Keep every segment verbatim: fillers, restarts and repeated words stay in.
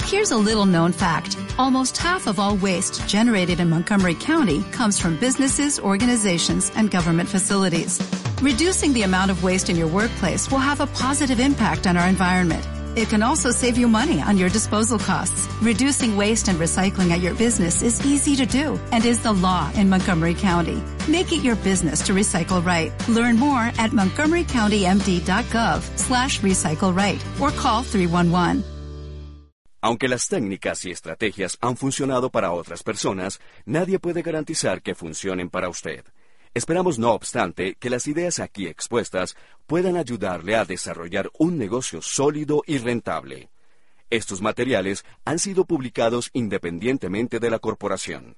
Here's a little known fact. Almost half of all waste generated in Montgomery County comes from businesses, organizations, and government facilities. Reducing the amount of waste in your workplace will have a positive impact on our environment. It can also save you money on your disposal costs. Reducing waste and recycling at your business is easy to do and is the law in Montgomery County. Make it your business to recycle right. Learn more at montgomerycountymd.gov slash recycle right or call three one one. Aunque las técnicas y estrategias han funcionado para otras personas, nadie puede garantizar que funcionen para usted. Esperamos, no obstante, que las ideas aquí expuestas puedan ayudarle a desarrollar un negocio sólido y rentable. Estos materiales han sido publicados independientemente de la corporación.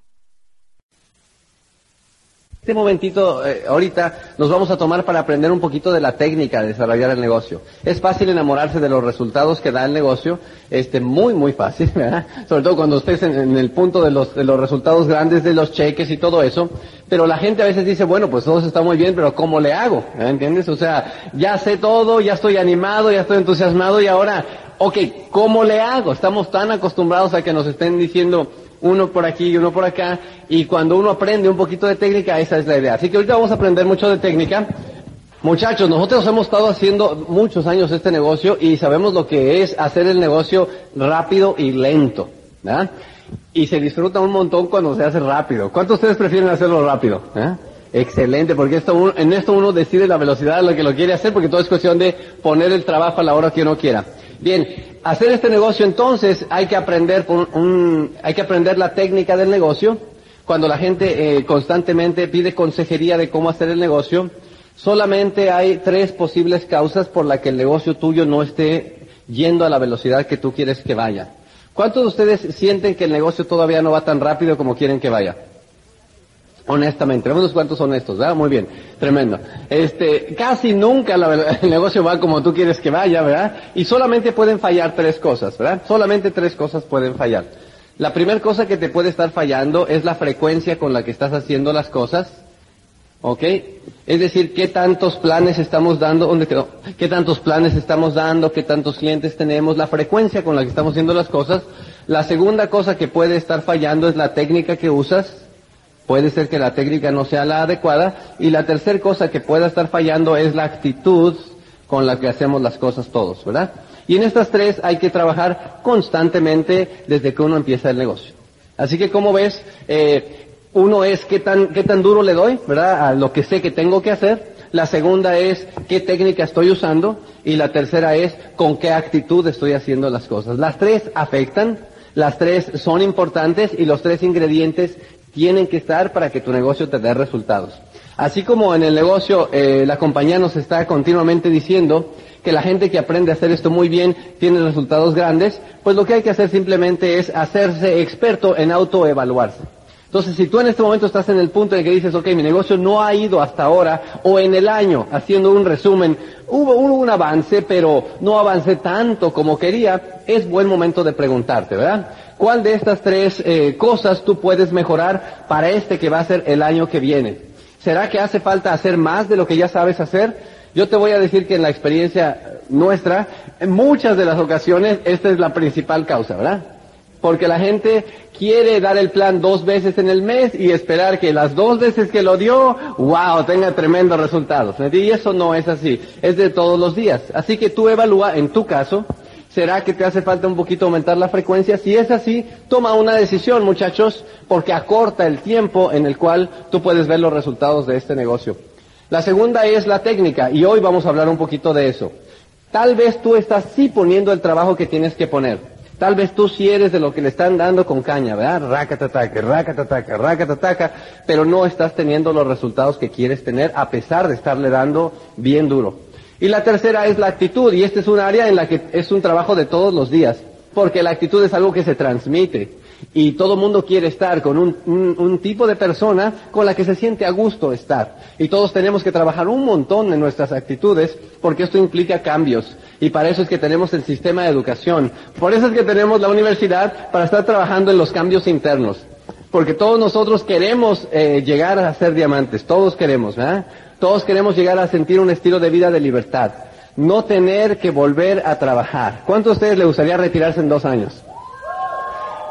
Este momentito, eh, ahorita, nos vamos a tomar para aprender un poquito de la técnica de desarrollar el negocio. Es fácil enamorarse de los resultados que da el negocio, este, muy, muy fácil, ¿verdad? Sobre todo cuando estés en, en el punto de los, de los resultados grandes, de los cheques y todo eso. Pero la gente a veces dice, bueno, pues todo está muy bien, pero ¿cómo le hago? ¿Entiendes? O sea, ya sé todo, ya estoy animado, ya estoy entusiasmado y ahora, ok, ¿cómo le hago? Estamos tan acostumbrados a que nos estén diciendo uno por aquí y uno por acá, y cuando uno aprende un poquito de técnica, esa es la idea. Así que ahorita vamos a aprender mucho de técnica. Muchachos, nosotros hemos estado haciendo muchos años este negocio y sabemos lo que es hacer el negocio rápido y lento, ¿verdad? Y se disfruta un montón cuando se hace rápido. ¿Cuántos de ustedes prefieren hacerlo rápido? ¿Eh? Excelente, porque esto uno, en esto uno decide la velocidad a la que lo quiere hacer, porque todo es cuestión de poner el trabajo a la hora que uno quiera. Bien, hacer este negocio entonces hay que aprender un, un, hay que aprender la técnica del negocio. Cuando la gente eh, constantemente pide consejería de cómo hacer el negocio, solamente hay tres posibles causas por las que el negocio tuyo no esté yendo a la velocidad que tú quieres que vaya. ¿Cuántos de ustedes sienten que el negocio todavía no va tan rápido como quieren que vaya? Honestamente, vemos unos cuantos honestos, ¿verdad? Muy bien, tremendo. Este, casi nunca la, el negocio va como tú quieres que vaya, ¿verdad? Y solamente pueden fallar tres cosas, ¿verdad? Solamente tres cosas pueden fallar. La primera cosa que te puede estar fallando es la frecuencia con la que estás haciendo las cosas, ¿ok? Es decir, ¿qué tantos planes estamos dando? ¿Dónde quedó? ¿Qué tantos planes estamos dando? ¿Qué tantos clientes tenemos? La frecuencia con la que estamos haciendo las cosas. La segunda cosa que puede estar fallando es la técnica que usas. Puede ser que la técnica no sea la adecuada. Y la tercera cosa que pueda estar fallando es la actitud con la que hacemos las cosas todos, ¿verdad? Y en estas tres hay que trabajar constantemente desde que uno empieza el negocio. Así que, como ves, eh, uno es qué tan, qué tan duro le doy, ¿verdad? A lo que sé que tengo que hacer. La segunda es qué técnica estoy usando. Y la tercera es con qué actitud estoy haciendo las cosas. Las tres afectan, las tres son importantes y los tres ingredientes tienen que estar para que tu negocio te dé resultados. Así como en el negocio eh, la compañía nos está continuamente diciendo que la gente que aprende a hacer esto muy bien tiene resultados grandes, pues lo que hay que hacer simplemente es hacerse experto en autoevaluarse. Entonces, si tú en este momento estás en el punto en que dices, ok, mi negocio no ha ido hasta ahora, o en el año, haciendo un resumen, hubo, hubo un avance, pero no avancé tanto como quería, es buen momento de preguntarte, ¿verdad? ¿Cuál de estas tres eh, cosas tú puedes mejorar para este que va a ser el año que viene? ¿Será que hace falta hacer más de lo que ya sabes hacer? Yo te voy a decir que en la experiencia nuestra, en muchas de las ocasiones, esta es la principal causa, ¿verdad? Porque la gente quiere dar el plan dos veces en el mes y esperar que las dos veces que lo dio, wow, tenga tremendos resultados. Y eso no es así, es de todos los días. Así que tú evalúa, en tu caso, ¿será que te hace falta un poquito aumentar la frecuencia? Si es así, toma una decisión, muchachos, porque acorta el tiempo en el cual tú puedes ver los resultados de este negocio. La segunda es la técnica, y hoy vamos a hablar un poquito de eso. Tal vez tú estás sí poniendo el trabajo que tienes que poner. Tal vez tú sí eres de lo que le están dando con caña, ¿verdad? Racatataca, racatataca, racatataca, pero no estás teniendo los resultados que quieres tener a pesar de estarle dando bien duro. Y la tercera es la actitud, y este es un área en la que es un trabajo de todos los días, porque la actitud es algo que se transmite. Y todo mundo quiere estar con un, un, un tipo de persona con la que se siente a gusto estar. Y todos tenemos que trabajar un montón en nuestras actitudes, porque esto implica cambios. Y para eso es que tenemos el sistema de educación. Por eso es que tenemos la universidad, para estar trabajando en los cambios internos. Porque todos nosotros queremos eh, llegar a ser diamantes, todos queremos, ¿verdad? Todos queremos llegar a sentir un estilo de vida de libertad. No tener que volver a trabajar. ¿Cuántos de ustedes les gustaría retirarse en dos años?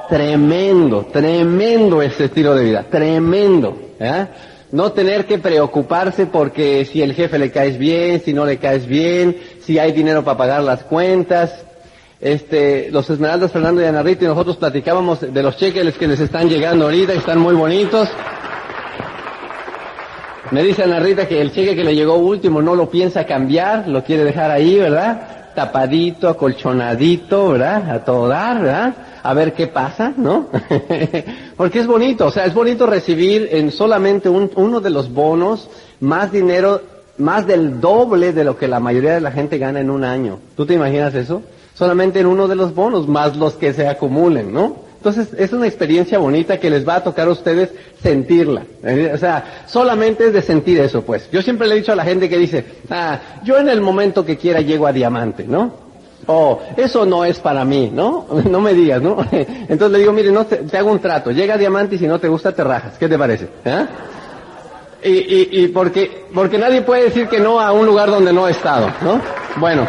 tremendo, tremendo ese estilo de vida, tremendo, ¿eh? No tener que preocuparse porque si el jefe le caes bien, si no le caes bien, si hay dinero para pagar las cuentas. Este, los Esmeraldas, Fernando y Ana Rita y nosotros platicábamos de los cheques que les están llegando ahorita, y están muy bonitos. Me dice Ana Rita que el cheque que le llegó último no lo piensa cambiar, lo quiere dejar ahí, ¿verdad? Tapadito, acolchonadito, ¿verdad? A todo dar, ¿verdad? A ver qué pasa, ¿no? Porque es bonito, o sea, es bonito recibir en solamente un, uno de los bonos más dinero, más del doble de lo que la mayoría de la gente gana en un año. ¿Tú te imaginas eso? Solamente en uno de los bonos, más los que se acumulen, ¿no? Entonces, es una experiencia bonita que les va a tocar a ustedes sentirla. O sea, solamente es de sentir eso, pues. Yo siempre le he dicho a la gente que dice, ah, yo en el momento que quiera llego a diamante, ¿no? O, eso no es para mí, ¿no? No me digas, ¿no? Entonces le digo, mire, no te, te hago un trato, llega a diamante y si no te gusta te rajas. ¿Qué te parece? ¿Eh? Y, y, y porque, porque nadie puede decir que no a un lugar donde no ha estado, ¿no? Bueno.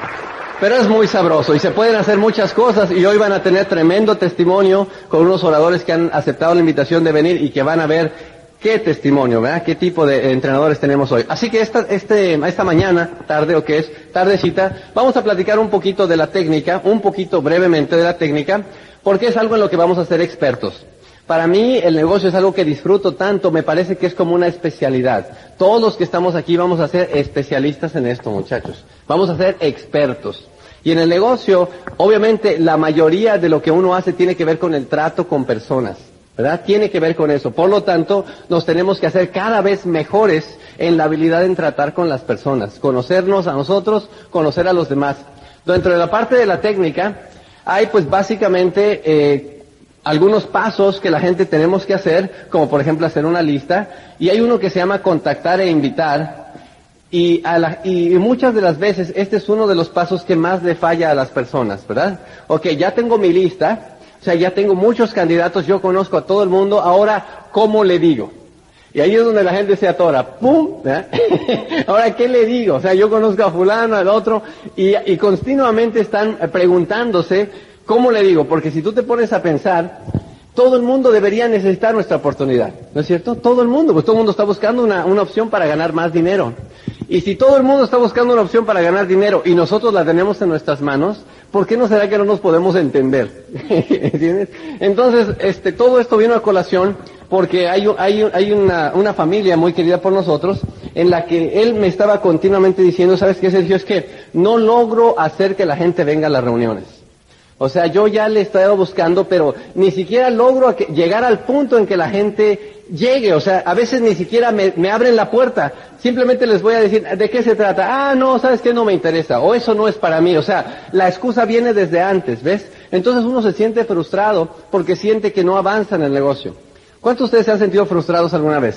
Pero es muy sabroso y se pueden hacer muchas cosas, y hoy van a tener tremendo testimonio con unos oradores que han aceptado la invitación de venir y que van a ver qué testimonio, ¿verdad? Qué tipo de entrenadores tenemos hoy. Así que esta, este, esta mañana, tarde o que es, tardecita, vamos a platicar un poquito de la técnica, un poquito brevemente de la técnica, porque es algo en lo que vamos a ser expertos. Para mí el negocio es algo que disfruto tanto, me parece que es como una especialidad. Todos los que estamos aquí vamos a ser especialistas en esto, muchachos. Vamos a ser expertos. Y en el negocio, obviamente, la mayoría de lo que uno hace tiene que ver con el trato con personas, ¿verdad? Tiene que ver con eso. Por lo tanto, nos tenemos que hacer cada vez mejores en la habilidad en tratar con las personas. Conocernos a nosotros, conocer a los demás. Dentro de la parte de la técnica, hay pues básicamente eh, algunos pasos que la gente tenemos que hacer, como por ejemplo hacer una lista, y hay uno que se llama contactar e invitar. Y, a la, y muchas de las veces este es uno de los pasos que más le falla a las personas, ¿verdad? Ok, ya tengo mi lista, o sea, ya tengo muchos candidatos, yo conozco a todo el mundo, ahora, ¿cómo le digo? Y ahí es donde la gente se atora, ¡pum! ¿verdad? Ahora, ¿qué le digo? O sea, yo conozco a fulano, al otro, y, y continuamente están preguntándose, ¿cómo le digo? Porque si tú te pones a pensar, todo el mundo debería necesitar nuestra oportunidad, ¿no es cierto? Todo el mundo, pues todo el mundo está buscando una, una opción para ganar más dinero. Y si todo el mundo está buscando una opción para ganar dinero y nosotros la tenemos en nuestras manos, ¿por qué no será que no nos podemos entender? ¿Entiendes? Entonces, este, todo esto vino a colación porque hay, hay, hay una, una familia muy querida por nosotros en la que él me estaba continuamente diciendo, ¿sabes qué, Sergio? Es que no logro hacer que la gente venga a las reuniones. O sea, yo ya le he estado buscando, pero ni siquiera logro que, llegar al punto en que la gente llegue. O sea, a veces ni siquiera me, me abren la puerta. Simplemente les voy a decir, ¿de qué se trata? Ah, no, ¿sabes qué? No me interesa. O eso no es para mí. O sea, la excusa viene desde antes, ¿ves? Entonces uno se siente frustrado porque siente que no avanza en el negocio. ¿Cuántos de ustedes se han sentido frustrados alguna vez?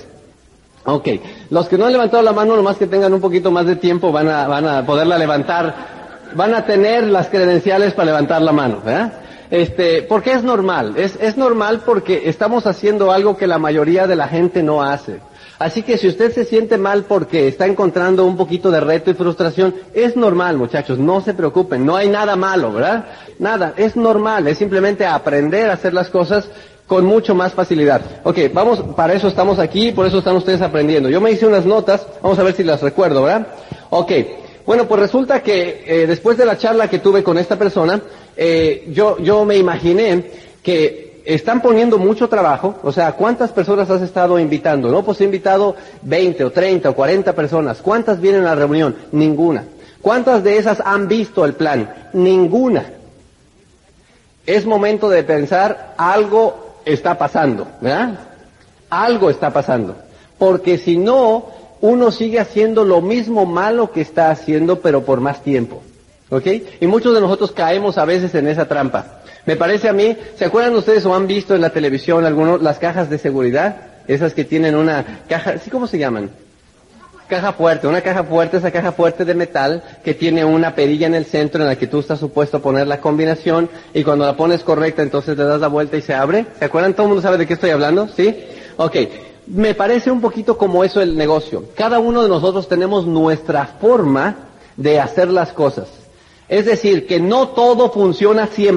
Ok. Los que no han levantado la mano, nomás que tengan un poquito más de tiempo, van a, van a poderla levantar. Van a tener las credenciales para levantar la mano, ¿verdad? Este, porque es normal, es, es normal porque estamos haciendo algo que la mayoría de la gente no hace. Así que si usted se siente mal porque está encontrando un poquito de reto y frustración, es normal, muchachos, no se preocupen, no hay nada malo, ¿verdad? Nada, es normal, es simplemente aprender a hacer las cosas con mucho más facilidad. Ok, vamos, para eso estamos aquí, por eso están ustedes aprendiendo. Yo me hice unas notas, vamos a ver si las recuerdo, ¿verdad? Ok. Bueno, pues resulta que eh, después de la charla que tuve con esta persona, eh, yo, yo me imaginé que están poniendo mucho trabajo. O sea, ¿cuántas personas has estado invitando? No, pues he invitado veinte o treinta o cuarenta personas. ¿Cuántas vienen a la reunión? Ninguna. ¿Cuántas de esas han visto el plan? Ninguna. Es momento de pensar, algo está pasando, ¿verdad? Algo está pasando. Porque si no, uno sigue haciendo lo mismo malo que está haciendo, pero por más tiempo, ¿ok? Y muchos de nosotros caemos a veces en esa trampa. Me parece a mí, ¿se acuerdan ustedes o han visto en la televisión algunos, las cajas de seguridad? Esas que tienen una caja, ¿sí cómo se llaman? Caja fuerte, una caja fuerte, esa caja fuerte de metal que tiene una perilla en el centro en la que tú estás supuesto a poner la combinación y cuando la pones correcta entonces le das la vuelta y se abre. ¿Se acuerdan? ¿Todo el mundo sabe de qué estoy hablando? ¿Sí? Ok. Me parece un poquito como eso el negocio. Cada uno de nosotros tenemos nuestra forma de hacer las cosas. Es decir, que no todo funciona siempre.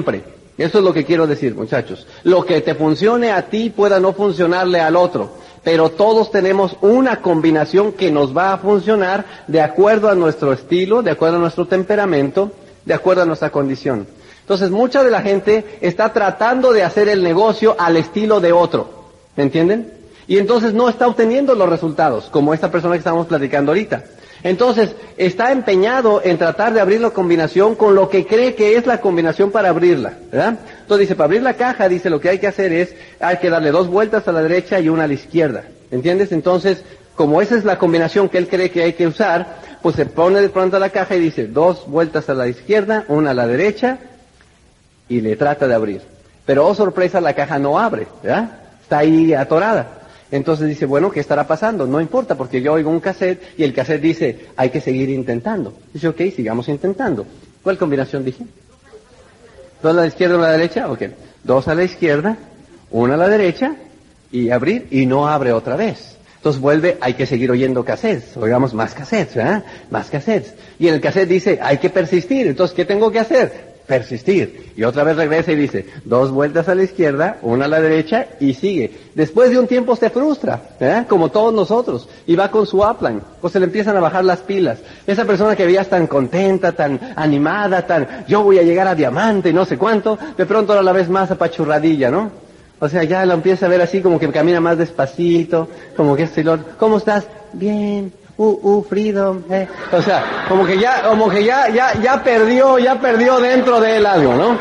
Eso es lo que quiero decir, muchachos. Lo que te funcione a ti pueda no funcionarle al otro, pero todos tenemos una combinación que nos va a funcionar de acuerdo a nuestro estilo, de acuerdo a nuestro temperamento, de acuerdo a nuestra condición. Entonces, mucha de la gente está tratando de hacer el negocio al estilo de otro, ¿me entienden? Y entonces no está obteniendo los resultados, como esta persona que estamos platicando ahorita. Entonces, está empeñado en tratar de abrir la combinación con lo que cree que es la combinación para abrirla, ¿verdad? Entonces dice, para abrir la caja, dice, lo que hay que hacer es, hay que darle dos vueltas a la derecha y una a la izquierda, ¿entiendes? Entonces, como esa es la combinación que él cree que hay que usar, pues se pone de pronto a la caja y dice, dos vueltas a la izquierda, una a la derecha, y le trata de abrir. Pero, oh sorpresa, la caja no abre, ¿verdad? Está ahí atorada. Entonces dice, bueno, ¿qué estará pasando? No importa, porque yo oigo un cassette y el cassette dice, hay que seguir intentando. Dice, ok, sigamos intentando. ¿Cuál combinación dije? ¿Dos a la izquierda, una a la derecha? Ok. Dos a la izquierda, una a la derecha, y abrir, y no abre otra vez. Entonces vuelve, hay que seguir oyendo cassettes, oigamos más cassettes, ¿verdad? Más cassettes. Y en el cassette dice, hay que persistir. Entonces, ¿qué tengo que hacer? Persistir. Y otra vez regresa y dice, dos vueltas a la izquierda, una a la derecha, y sigue. Después de un tiempo se frustra, ¿eh? Como todos nosotros, y va con su upline, pues se le empiezan a bajar las pilas. Esa persona que veías tan contenta, tan animada, tan, yo voy a llegar a diamante y no sé cuánto, de pronto ahora la ves más apachurradilla, ¿no? O sea, ya la empieza a ver así como que camina más despacito, como que este y lo otro. ¿Cómo estás? Bien. Uh, uh, freedom, eh. O sea, como que ya, como que ya, ya, ya perdió, ya perdió dentro de él algo, ¿no?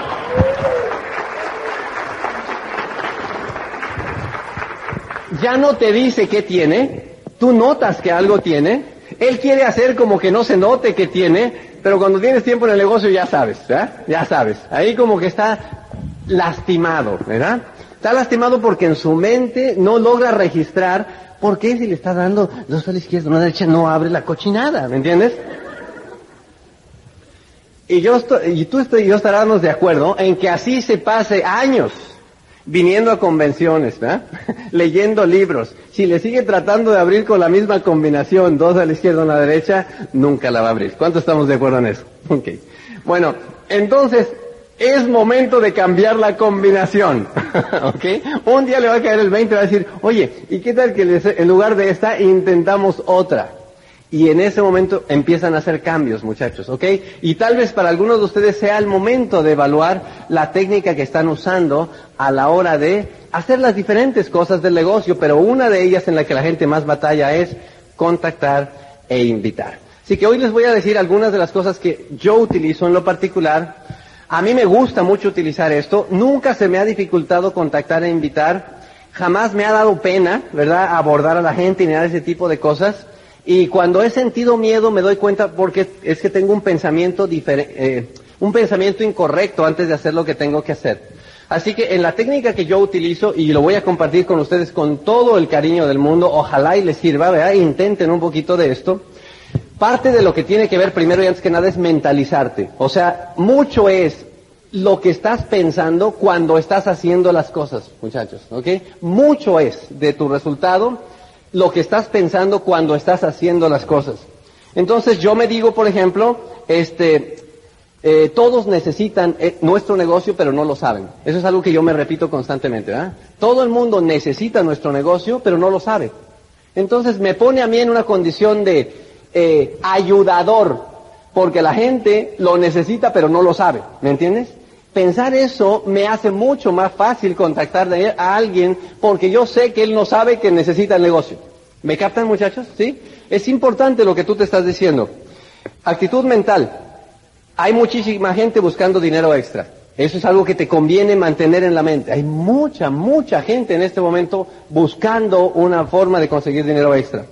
Ya no te dice qué tiene, tú notas que algo tiene, él quiere hacer como que no se note que tiene, pero cuando tienes tiempo en el negocio ya sabes, ¿verdad? Ya sabes, ahí como que está lastimado, ¿verdad? Está lastimado porque en su mente no logra registrar. ¿Por qué si le está dando dos a la izquierda, una a la derecha, no abre la cochinada? ¿Me entiendes? Y yo estoy, y tú estoy, y yo estaremos de acuerdo en que así se pase años viniendo a convenciones, ¿verdad? Leyendo libros. Si le sigue tratando de abrir con la misma combinación, dos a la izquierda, una a la derecha, nunca la va a abrir. ¿Cuántos estamos de acuerdo en eso? Ok. Bueno, entonces, es momento de cambiar la combinación, ¿ok? Un día le va a caer el veinte y va a decir, oye, ¿y qué tal que en lugar de esta intentamos otra? Y en ese momento empiezan a hacer cambios, muchachos, ¿ok? Y tal vez para algunos de ustedes sea el momento de evaluar la técnica que están usando a la hora de hacer las diferentes cosas del negocio, pero una de ellas en la que la gente más batalla es contactar e invitar. Así que hoy les voy a decir algunas de las cosas que yo utilizo en lo particular. A mí me gusta mucho utilizar esto, nunca se me ha dificultado contactar e invitar, jamás me ha dado pena, ¿verdad?, abordar a la gente y nada de ese tipo de cosas, y cuando he sentido miedo me doy cuenta porque es que tengo un pensamiento diferente, eh, un pensamiento incorrecto antes de hacer lo que tengo que hacer. Así que en la técnica que yo utilizo, y lo voy a compartir con ustedes con todo el cariño del mundo, ojalá y les sirva, ¿verdad?, intenten un poquito de esto. Parte de lo que tiene que ver primero y antes que nada es mentalizarte. O sea, mucho es lo que estás pensando cuando estás haciendo las cosas, muchachos, ¿ok? Mucho es de tu resultado lo que estás pensando cuando estás haciendo las cosas. Entonces yo me digo, por ejemplo, este, eh, todos necesitan eh, nuestro negocio, pero no lo saben. Eso es algo que yo me repito constantemente, ¿verdad? Todo el mundo necesita nuestro negocio, pero no lo sabe. Entonces me pone a mí en una condición de Eh, ayudador, porque la gente lo necesita pero no lo sabe, ¿me entiendes? Pensar eso me hace mucho más fácil contactar a alguien porque yo sé que él no sabe que necesita el negocio. ¿Me captan, muchachos? ¿Sí? Es importante lo que tú te estás diciendo. Actitud mental. Hay muchísima gente buscando dinero extra. Eso es algo que te conviene mantener en la mente. Hay mucha, mucha gente en este momento buscando una forma de conseguir dinero extra.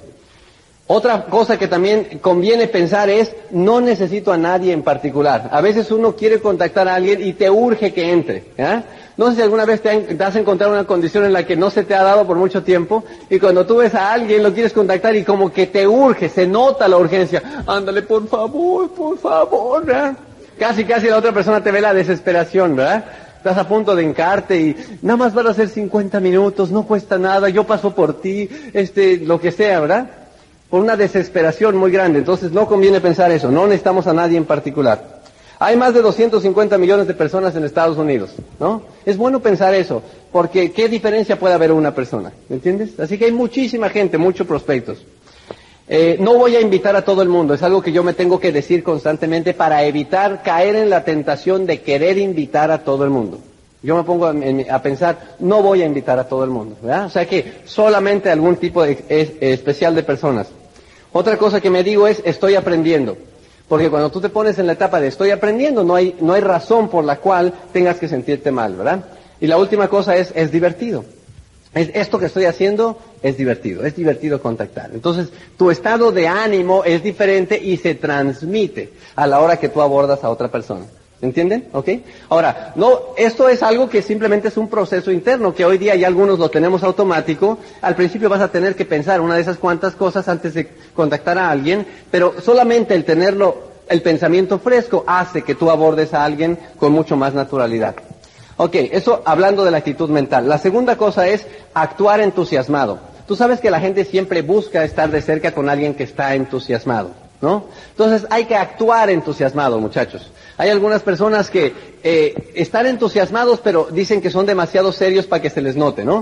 Otra cosa que también conviene pensar es, no necesito a nadie en particular. A veces uno quiere contactar a alguien y te urge que entre, ¿eh? No sé si alguna vez te, han, te has encontrado una condición en la que no se te ha dado por mucho tiempo, y cuando tú ves a alguien lo quieres contactar y como que te urge, se nota la urgencia. Ándale, por favor, por favor, ¿verdad? Casi, casi la otra persona te ve la desesperación, ¿verdad? Estás a punto de hincarte y nada más van a ser cincuenta minutos, no cuesta nada, yo paso por ti, este, lo que sea, ¿verdad? Por una desesperación muy grande. Entonces no conviene pensar eso, no necesitamos a nadie en particular. Hay más de doscientos cincuenta millones de personas en Estados Unidos, ¿no? Es bueno pensar eso, porque ¿qué diferencia puede haber una persona? ¿Me entiendes? Así que hay muchísima gente, muchos prospectos. Eh, no voy a invitar a todo el mundo, es algo que yo me tengo que decir constantemente para evitar caer en la tentación de querer invitar a todo el mundo. Yo me pongo a, a pensar, no voy a invitar a todo el mundo, ¿verdad? O sea que solamente algún tipo de, es, especial de personas. Otra cosa que me digo es, estoy aprendiendo. Porque cuando tú te pones en la etapa de estoy aprendiendo, no hay, no hay razón por la cual tengas que sentirte mal, ¿verdad? Y la última cosa es, es divertido. Es, esto que estoy haciendo es divertido, es divertido contactar. Entonces, tu estado de ánimo es diferente y se transmite a la hora que tú abordas a otra persona. ¿Entienden? ¿Ok? Ahora, no, esto es algo que simplemente es un proceso interno, que hoy día ya algunos lo tenemos automático. Al principio vas a tener que pensar una de esas cuantas cosas antes de contactar a alguien, pero solamente el tenerlo, el pensamiento fresco, hace que tú abordes a alguien con mucho más naturalidad. Ok, eso hablando de la actitud mental. La segunda cosa es actuar entusiasmado. Tú sabes que la gente siempre busca estar de cerca con alguien que está entusiasmado, ¿no? Entonces hay que actuar entusiasmado, muchachos. Hay algunas personas que eh, están entusiasmados, pero dicen que son demasiado serios para que se les note, ¿no?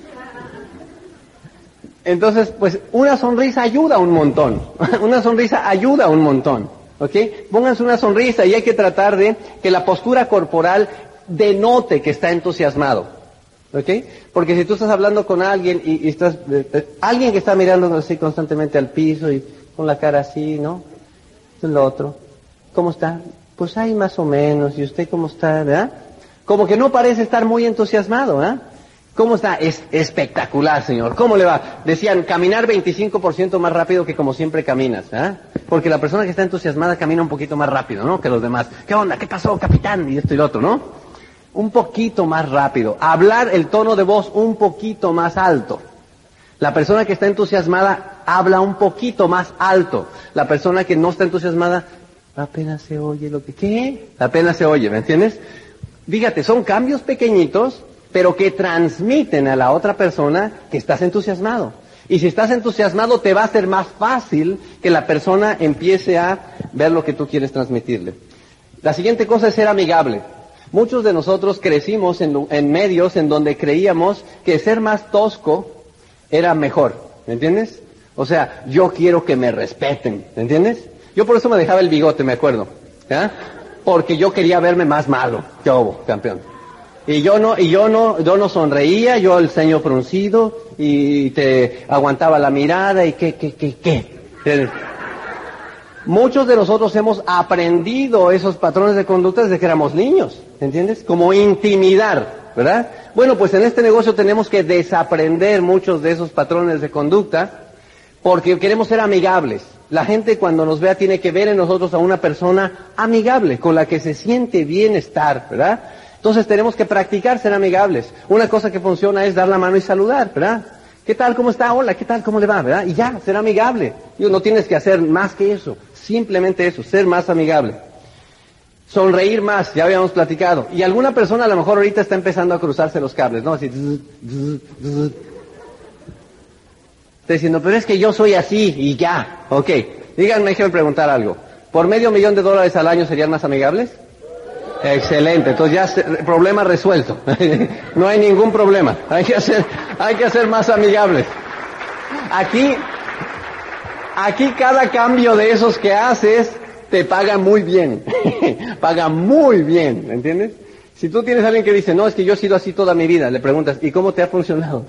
Entonces, pues, una sonrisa ayuda un montón. Una sonrisa ayuda un montón, ¿ok? Pónganse una sonrisa y hay que tratar de que la postura corporal denote que está entusiasmado, ¿ok? Porque si tú estás hablando con alguien y, y estás... Eh, eh, alguien que está mirando así constantemente al piso y con la cara así, ¿no? Esto es lo otro. ¿Cómo está? Pues hay más o menos, ¿y usted cómo está, verdad? Como que no parece estar muy entusiasmado, ¿verdad? ¿Cómo está? Es espectacular, señor. ¿Cómo le va? Decían, caminar veinticinco por ciento más rápido que como siempre caminas, ¿verdad? Porque la persona que está entusiasmada camina un poquito más rápido, ¿no? Que los demás. ¿Qué onda? ¿Qué pasó, capitán? Y esto y lo otro, ¿no? Un poquito más rápido. Hablar el tono de voz un poquito más alto. La persona que está entusiasmada habla un poquito más alto. La persona que no está entusiasmada apenas se oye lo que... ¿Qué? Apenas se oye, ¿me entiendes? Fíjate, son cambios pequeñitos, pero que transmiten a la otra persona que estás entusiasmado. Y si estás entusiasmado, te va a ser más fácil que la persona empiece a ver lo que tú quieres transmitirle. La siguiente cosa es ser amigable. Muchos de nosotros crecimos en, en medios en donde creíamos que ser más tosco era mejor, ¿me entiendes? O sea, yo quiero que me respeten, ¿me entiendes? Yo por eso me dejaba el bigote, me acuerdo, ¿ya? Porque yo quería verme más malo. ¿Qué hubo, campeón? Y yo no, y yo no, yo no sonreía, yo el ceño fruncido, y te aguantaba la mirada, y qué, qué, qué, qué. Muchos de nosotros hemos aprendido esos patrones de conducta desde que éramos niños, ¿entiendes? Como intimidar, ¿verdad? Bueno, pues en este negocio tenemos que desaprender muchos de esos patrones de conducta, porque queremos ser amigables. La gente cuando nos vea tiene que ver en nosotros a una persona amigable, con la que se siente bienestar, ¿verdad? Entonces tenemos que practicar ser amigables. Una cosa que funciona es dar la mano y saludar, ¿verdad? ¿Qué tal? ¿Cómo está? Hola, ¿qué tal? ¿Cómo le va? ¿Verdad? Y ya, ser amigable. Y no tienes que hacer más que eso. Simplemente eso, ser más amigable. Sonreír más, ya habíamos platicado. Y alguna persona a lo mejor ahorita está empezando a cruzarse los cables, ¿no? Así... Está diciendo, pero es que yo soy así y ya. Ok, díganme, déjenme preguntar algo. ¿Por medio millón de dólares al año serían más amigables? Excelente, entonces ya se, problema resuelto. No hay ningún problema. Hay que hacer, hay que hacer más amigables. Aquí, aquí cada cambio de esos que haces te paga muy bien. Paga muy bien, ¿entiendes? Si tú tienes a alguien que dice, no, es que yo he sido así toda mi vida, le preguntas, ¿y cómo te ha funcionado?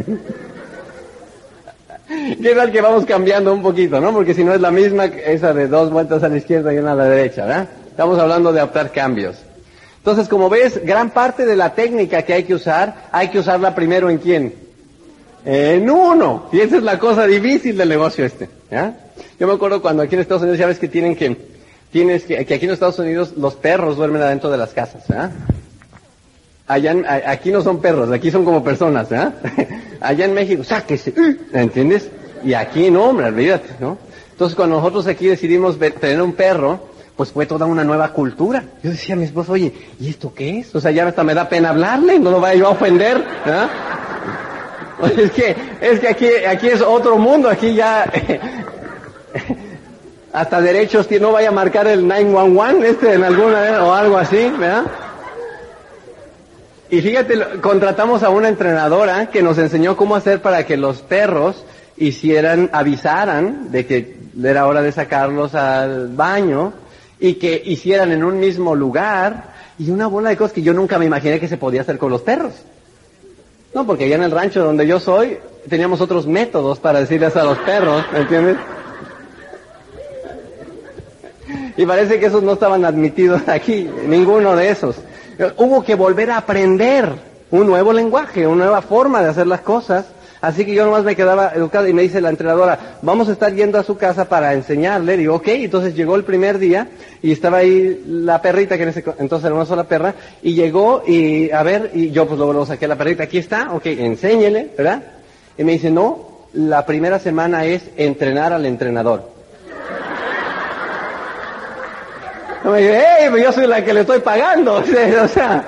¿Qué tal que vamos cambiando un poquito, no? Porque si no es la misma, esa de dos vueltas a la izquierda y una a la derecha, ¿verdad? Estamos hablando de adaptar cambios. Entonces, como ves, gran parte de la técnica que hay que usar, hay que usarla primero ¿en quién? En uno. Y esa es la cosa difícil del negocio este, ¿ya? Yo me acuerdo cuando aquí en Estados Unidos, ya ves que tienen que, tienes que, que aquí en Estados Unidos los perros duermen adentro de las casas, ¿verdad? Allá en, a, aquí no son perros, aquí son como personas, ¿verdad? Allá en México, sáquese, ¿entiendes? Y aquí no, hombre, olvídate, ¿no? Entonces cuando nosotros aquí decidimos ver, tener un perro, pues fue toda una nueva cultura. Yo decía a mi esposo, oye, ¿y esto qué es? O sea, ya hasta me da pena hablarle, no lo vaya yo a ofender, ¿verdad? Es que, es que aquí, aquí es otro mundo, aquí ya, hasta derechos tiene, no vaya a marcar el nueve uno uno este en alguna o algo así, ¿verdad? Y fíjate, contratamos a una entrenadora que nos enseñó cómo hacer para que los perros hicieran, avisaran de que era hora de sacarlos al baño y que hicieran en un mismo lugar y una bola de cosas que yo nunca me imaginé que se podía hacer con los perros. No, porque allá en el rancho donde yo soy teníamos otros métodos para decirles a los perros, ¿me entiendes? Y parece que esos no estaban admitidos aquí, ninguno de esos. Hubo que volver a aprender un nuevo lenguaje, una nueva forma de hacer las cosas. Así que yo nomás me quedaba educado y me dice la entrenadora, vamos a estar yendo a su casa para enseñarle. Digo, ok, entonces llegó el primer día y estaba ahí la perrita, que en ese entonces era una sola perra, y llegó y a ver, y yo pues luego, luego saqué a la perrita, aquí está, ok, enséñele, ¿verdad? Y me dice, no, la primera semana es entrenar al entrenador. Y me dice, hey, pues yo soy la que le estoy pagando, o sea,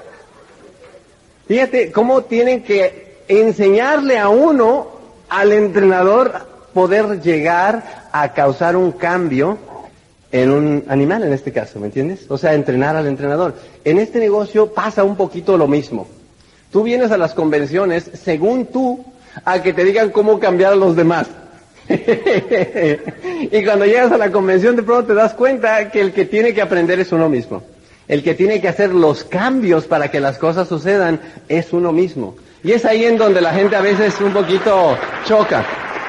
fíjate cómo tienen que enseñarle a uno, al entrenador, poder llegar a causar un cambio en un animal, en este caso, ¿me entiendes? O sea, entrenar al entrenador. En este negocio pasa un poquito lo mismo. Tú vienes a las convenciones, según tú, a que te digan cómo cambiar a los demás. Y cuando llegas a la convención, de pronto te das cuenta que el que tiene que aprender es uno mismo. El que tiene que hacer los cambios para que las cosas sucedan es uno mismo. Y es ahí en donde la gente a veces un poquito choca.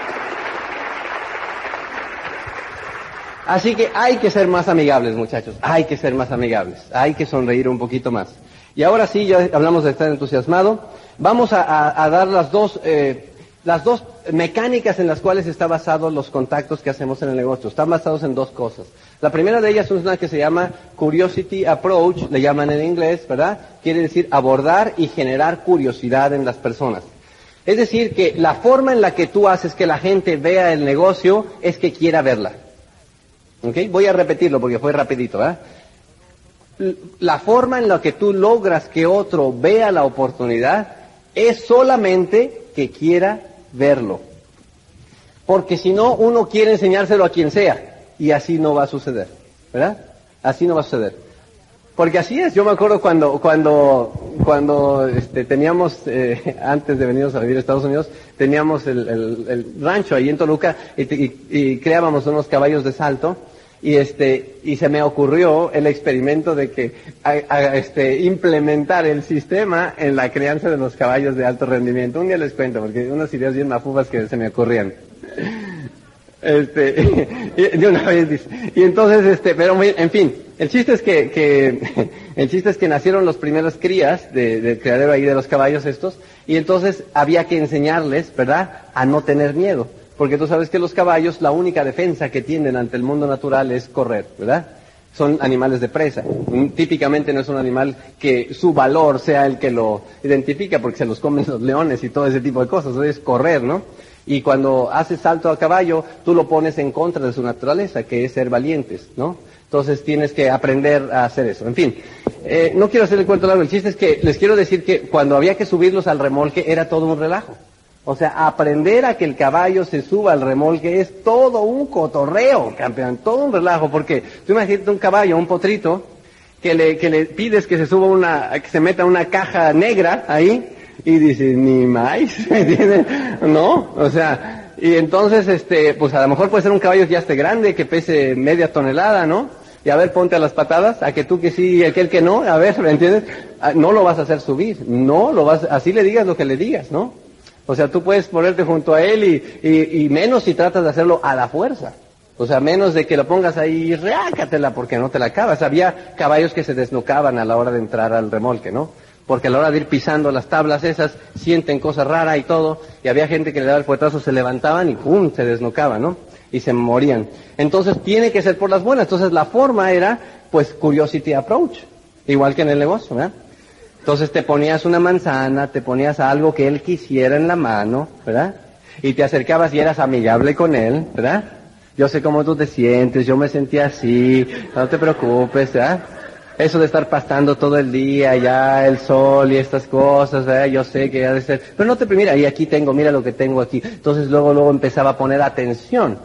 Así que hay que ser más amigables, muchachos. Hay que ser más amigables. Hay que sonreír un poquito más. Y ahora sí, ya hablamos de estar entusiasmado. Vamos a, a, a dar las dos, eh, las dos mecánicas en las cuales están basados los contactos que hacemos en el negocio. Están basados en dos cosas. La primera de ellas es una que se llama Curiosity Approach, le llaman en inglés, ¿verdad? Quiere decir abordar y generar curiosidad en las personas. Es decir, que la forma en la que tú haces que la gente vea el negocio es que quiera verla. ¿Ok? Voy a repetirlo porque fue rapidito, ¿verdad? La forma en la que tú logras que otro vea la oportunidad es solamente que quiera verlo. Porque si no, uno quiere enseñárselo a quien sea. Y así no va a suceder, ¿verdad? Así no va a suceder. Porque así es, yo me acuerdo cuando, cuando, cuando este, teníamos, eh, antes de venirnos a vivir a Estados Unidos, teníamos el, el, el rancho ahí en Toluca y, y, y creábamos unos caballos de salto y este, y se me ocurrió el experimento de que, a, a, este, implementar el sistema en la crianza de los caballos de alto rendimiento. Un día les cuento, porque unas ideas bien mafufas que se me ocurrían. Este, de una vez dice. Y entonces, este, pero en fin, el chiste es que, que el chiste es que nacieron los primeros crías de, del criadero ahí de los caballos estos, y entonces había que enseñarles, ¿verdad?, a no tener miedo. Porque tú sabes que los caballos, la única defensa que tienen ante el mundo natural es correr, ¿verdad? Son animales de presa. Típicamente no es un animal que su valor sea el que lo identifica, porque se los comen los leones y todo ese tipo de cosas. Es correr, ¿no? Y cuando haces salto a caballo, tú lo pones en contra de su naturaleza, que es ser valientes, ¿no? Entonces tienes que aprender a hacer eso. En fin, eh, no quiero hacer el cuento largo. El chiste es que les quiero decir que cuando había que subirlos al remolque era todo un relajo. O sea, aprender a que el caballo se suba al remolque es todo un cotorreo, campeón, todo un relajo. Porque tú imagínate un caballo, un potrito, que le, que le pides que se suba una, que se meta una caja negra ahí, y dice, ni más, ¿me entiendes? No, o sea, y entonces, este, pues a lo mejor puede ser un caballo que ya esté grande, que pese media tonelada, ¿no? Y a ver, ponte a las patadas, a que tú que sí, aquel que no, a ver, ¿me entiendes? No lo vas a hacer subir, no lo vas, así le digas lo que le digas, ¿no? O sea, tú puedes ponerte junto a él y, y, y menos si tratas de hacerlo a la fuerza. O sea, menos de que lo pongas ahí y reácatela porque no te la acabas. Había caballos que se desnucaban a la hora de entrar al remolque, ¿no? Porque a la hora de ir pisando las tablas esas, sienten cosas raras y todo, y había gente que le daba el fuetazo, se levantaban y ¡pum!, se desnucaban, ¿no? Y se morían. Entonces, tiene que ser por las buenas. Entonces, la forma era, pues, Curiosity Approach, igual que en el negocio, ¿verdad? Entonces, te ponías una manzana, te ponías algo que él quisiera en la mano, ¿verdad? Y te acercabas y eras amigable con él, ¿verdad? Yo sé cómo tú te sientes, yo me sentía así, no te preocupes, ¿verdad? Eso de estar pastando todo el día, ya el sol y estas cosas, ¿verdad? Yo sé que ha de ser, pero no te, mira, y aquí tengo, mira lo que tengo aquí. Entonces luego, luego empezaba a poner atención.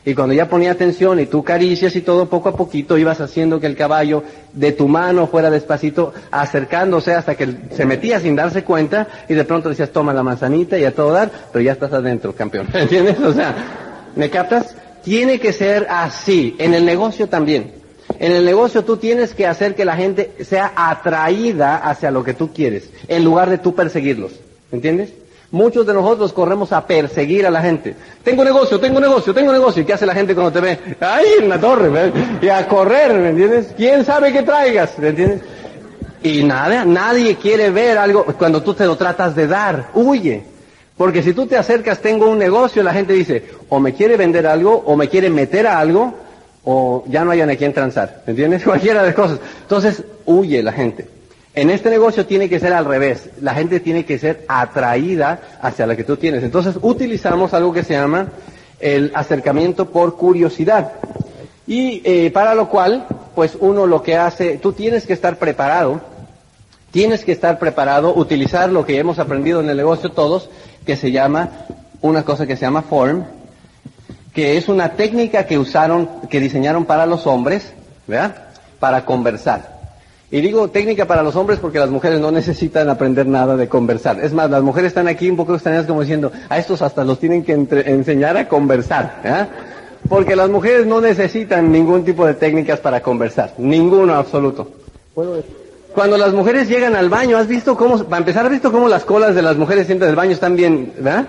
Y cuando ya ponía atención y tú caricias y todo, poco a poquito ibas haciendo que el caballo de tu mano fuera despacito, acercándose hasta que se metía sin darse cuenta, y de pronto decías, toma la manzanita y a todo dar, pero ya estás adentro, campeón. ¿Entiendes? O sea, ¿me captas? Tiene que ser así. En el negocio también. En el negocio tú tienes que hacer que la gente sea atraída hacia lo que tú quieres, en lugar de tú perseguirlos. ¿Entiendes? Muchos de nosotros corremos a perseguir a la gente. Tengo negocio, tengo negocio, tengo negocio. ¿Y qué hace la gente cuando te ve? ¡Ay, en la torre! ¿Ves? Y a correr, ¿me entiendes? ¿Quién sabe qué traigas? ¿Me entiendes? Y nada, nadie quiere ver algo cuando tú te lo tratas de dar. Huye. Porque si tú te acercas, tengo un negocio, la gente dice, o me quiere vender algo, o me quiere meter a algo, o ya no hayan a quien transar. ¿Me entiendes? Cualquiera de las cosas. Entonces, huye la gente. En este negocio tiene que ser al revés. La gente tiene que ser atraída hacia la que tú tienes. Entonces utilizamos algo que se llama el acercamiento por curiosidad. Y eh, para lo cual, pues uno lo que hace, tú tienes que estar preparado, tienes que estar preparado, utilizar lo que hemos aprendido en el negocio todos, que se llama, una cosa que se llama form, que es una técnica que usaron, que diseñaron para los hombres, ¿verdad? Para conversar. Y digo técnica para los hombres porque las mujeres no necesitan aprender nada de conversar. Es más, las mujeres están aquí un poco extrañadas como diciendo, a estos hasta los tienen que entre- enseñar a conversar, ¿eh? Porque las mujeres no necesitan ningún tipo de técnicas para conversar, ninguno absoluto. Cuando las mujeres llegan al baño, ¿has visto cómo, para empezar, has visto cómo las colas de las mujeres dentro del baño están bien, ¿verdad?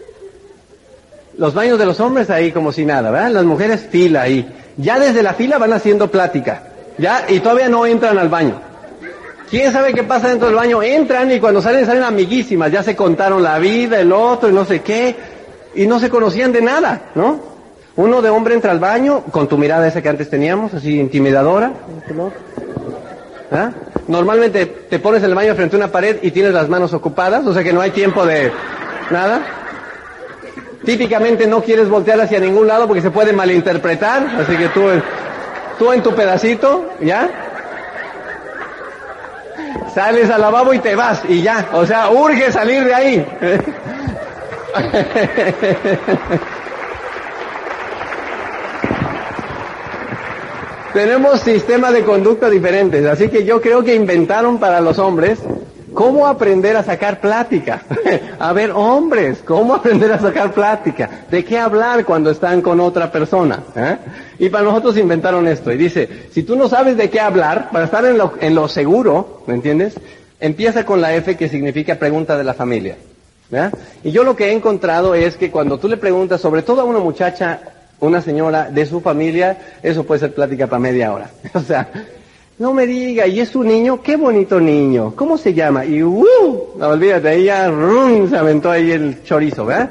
Los baños de los hombres ahí como si nada, ¿verdad? Las mujeres fila ahí. Ya desde la fila van haciendo plática. Ya, y todavía no entran al baño. ¿Quién sabe qué pasa dentro del baño? Entran y cuando salen, salen amiguísimas. Ya se contaron la vida, el otro y no sé qué. Y no se conocían de nada, ¿no? Uno de hombre entra al baño, con tu mirada esa que antes teníamos, así intimidadora. ¿Ah? Normalmente te pones en el baño frente a una pared y tienes las manos ocupadas, o sea que no hay tiempo de nada. Típicamente no quieres voltear hacia ningún lado porque se puede malinterpretar, así que tú... Tú en tu pedacito, ¿ya? Sales al lavabo y te vas, y ya. O sea, urge salir de ahí. Tenemos sistemas de conducta diferentes, así que yo creo que inventaron para los hombres cómo aprender a sacar plática. A ver, hombres, cómo aprender a sacar plática. ¿De qué hablar cuando están con otra persona? ¿Eh? Y para nosotros inventaron esto. Y dice, si tú no sabes de qué hablar, para estar en lo, en lo seguro, ¿me entiendes? Empieza con la F, que significa pregunta de la familia. ¿Ya? Y yo lo que he encontrado es que cuando tú le preguntas, sobre todo a una muchacha, una señora de su familia, eso puede ser plática para media hora. O sea... No me diga, ¿y es un niño? ¡Qué bonito niño! ¿Cómo se llama? Y ¡uh! No, olvídate, ahí ya rum, se aventó ahí el chorizo, ¿verdad?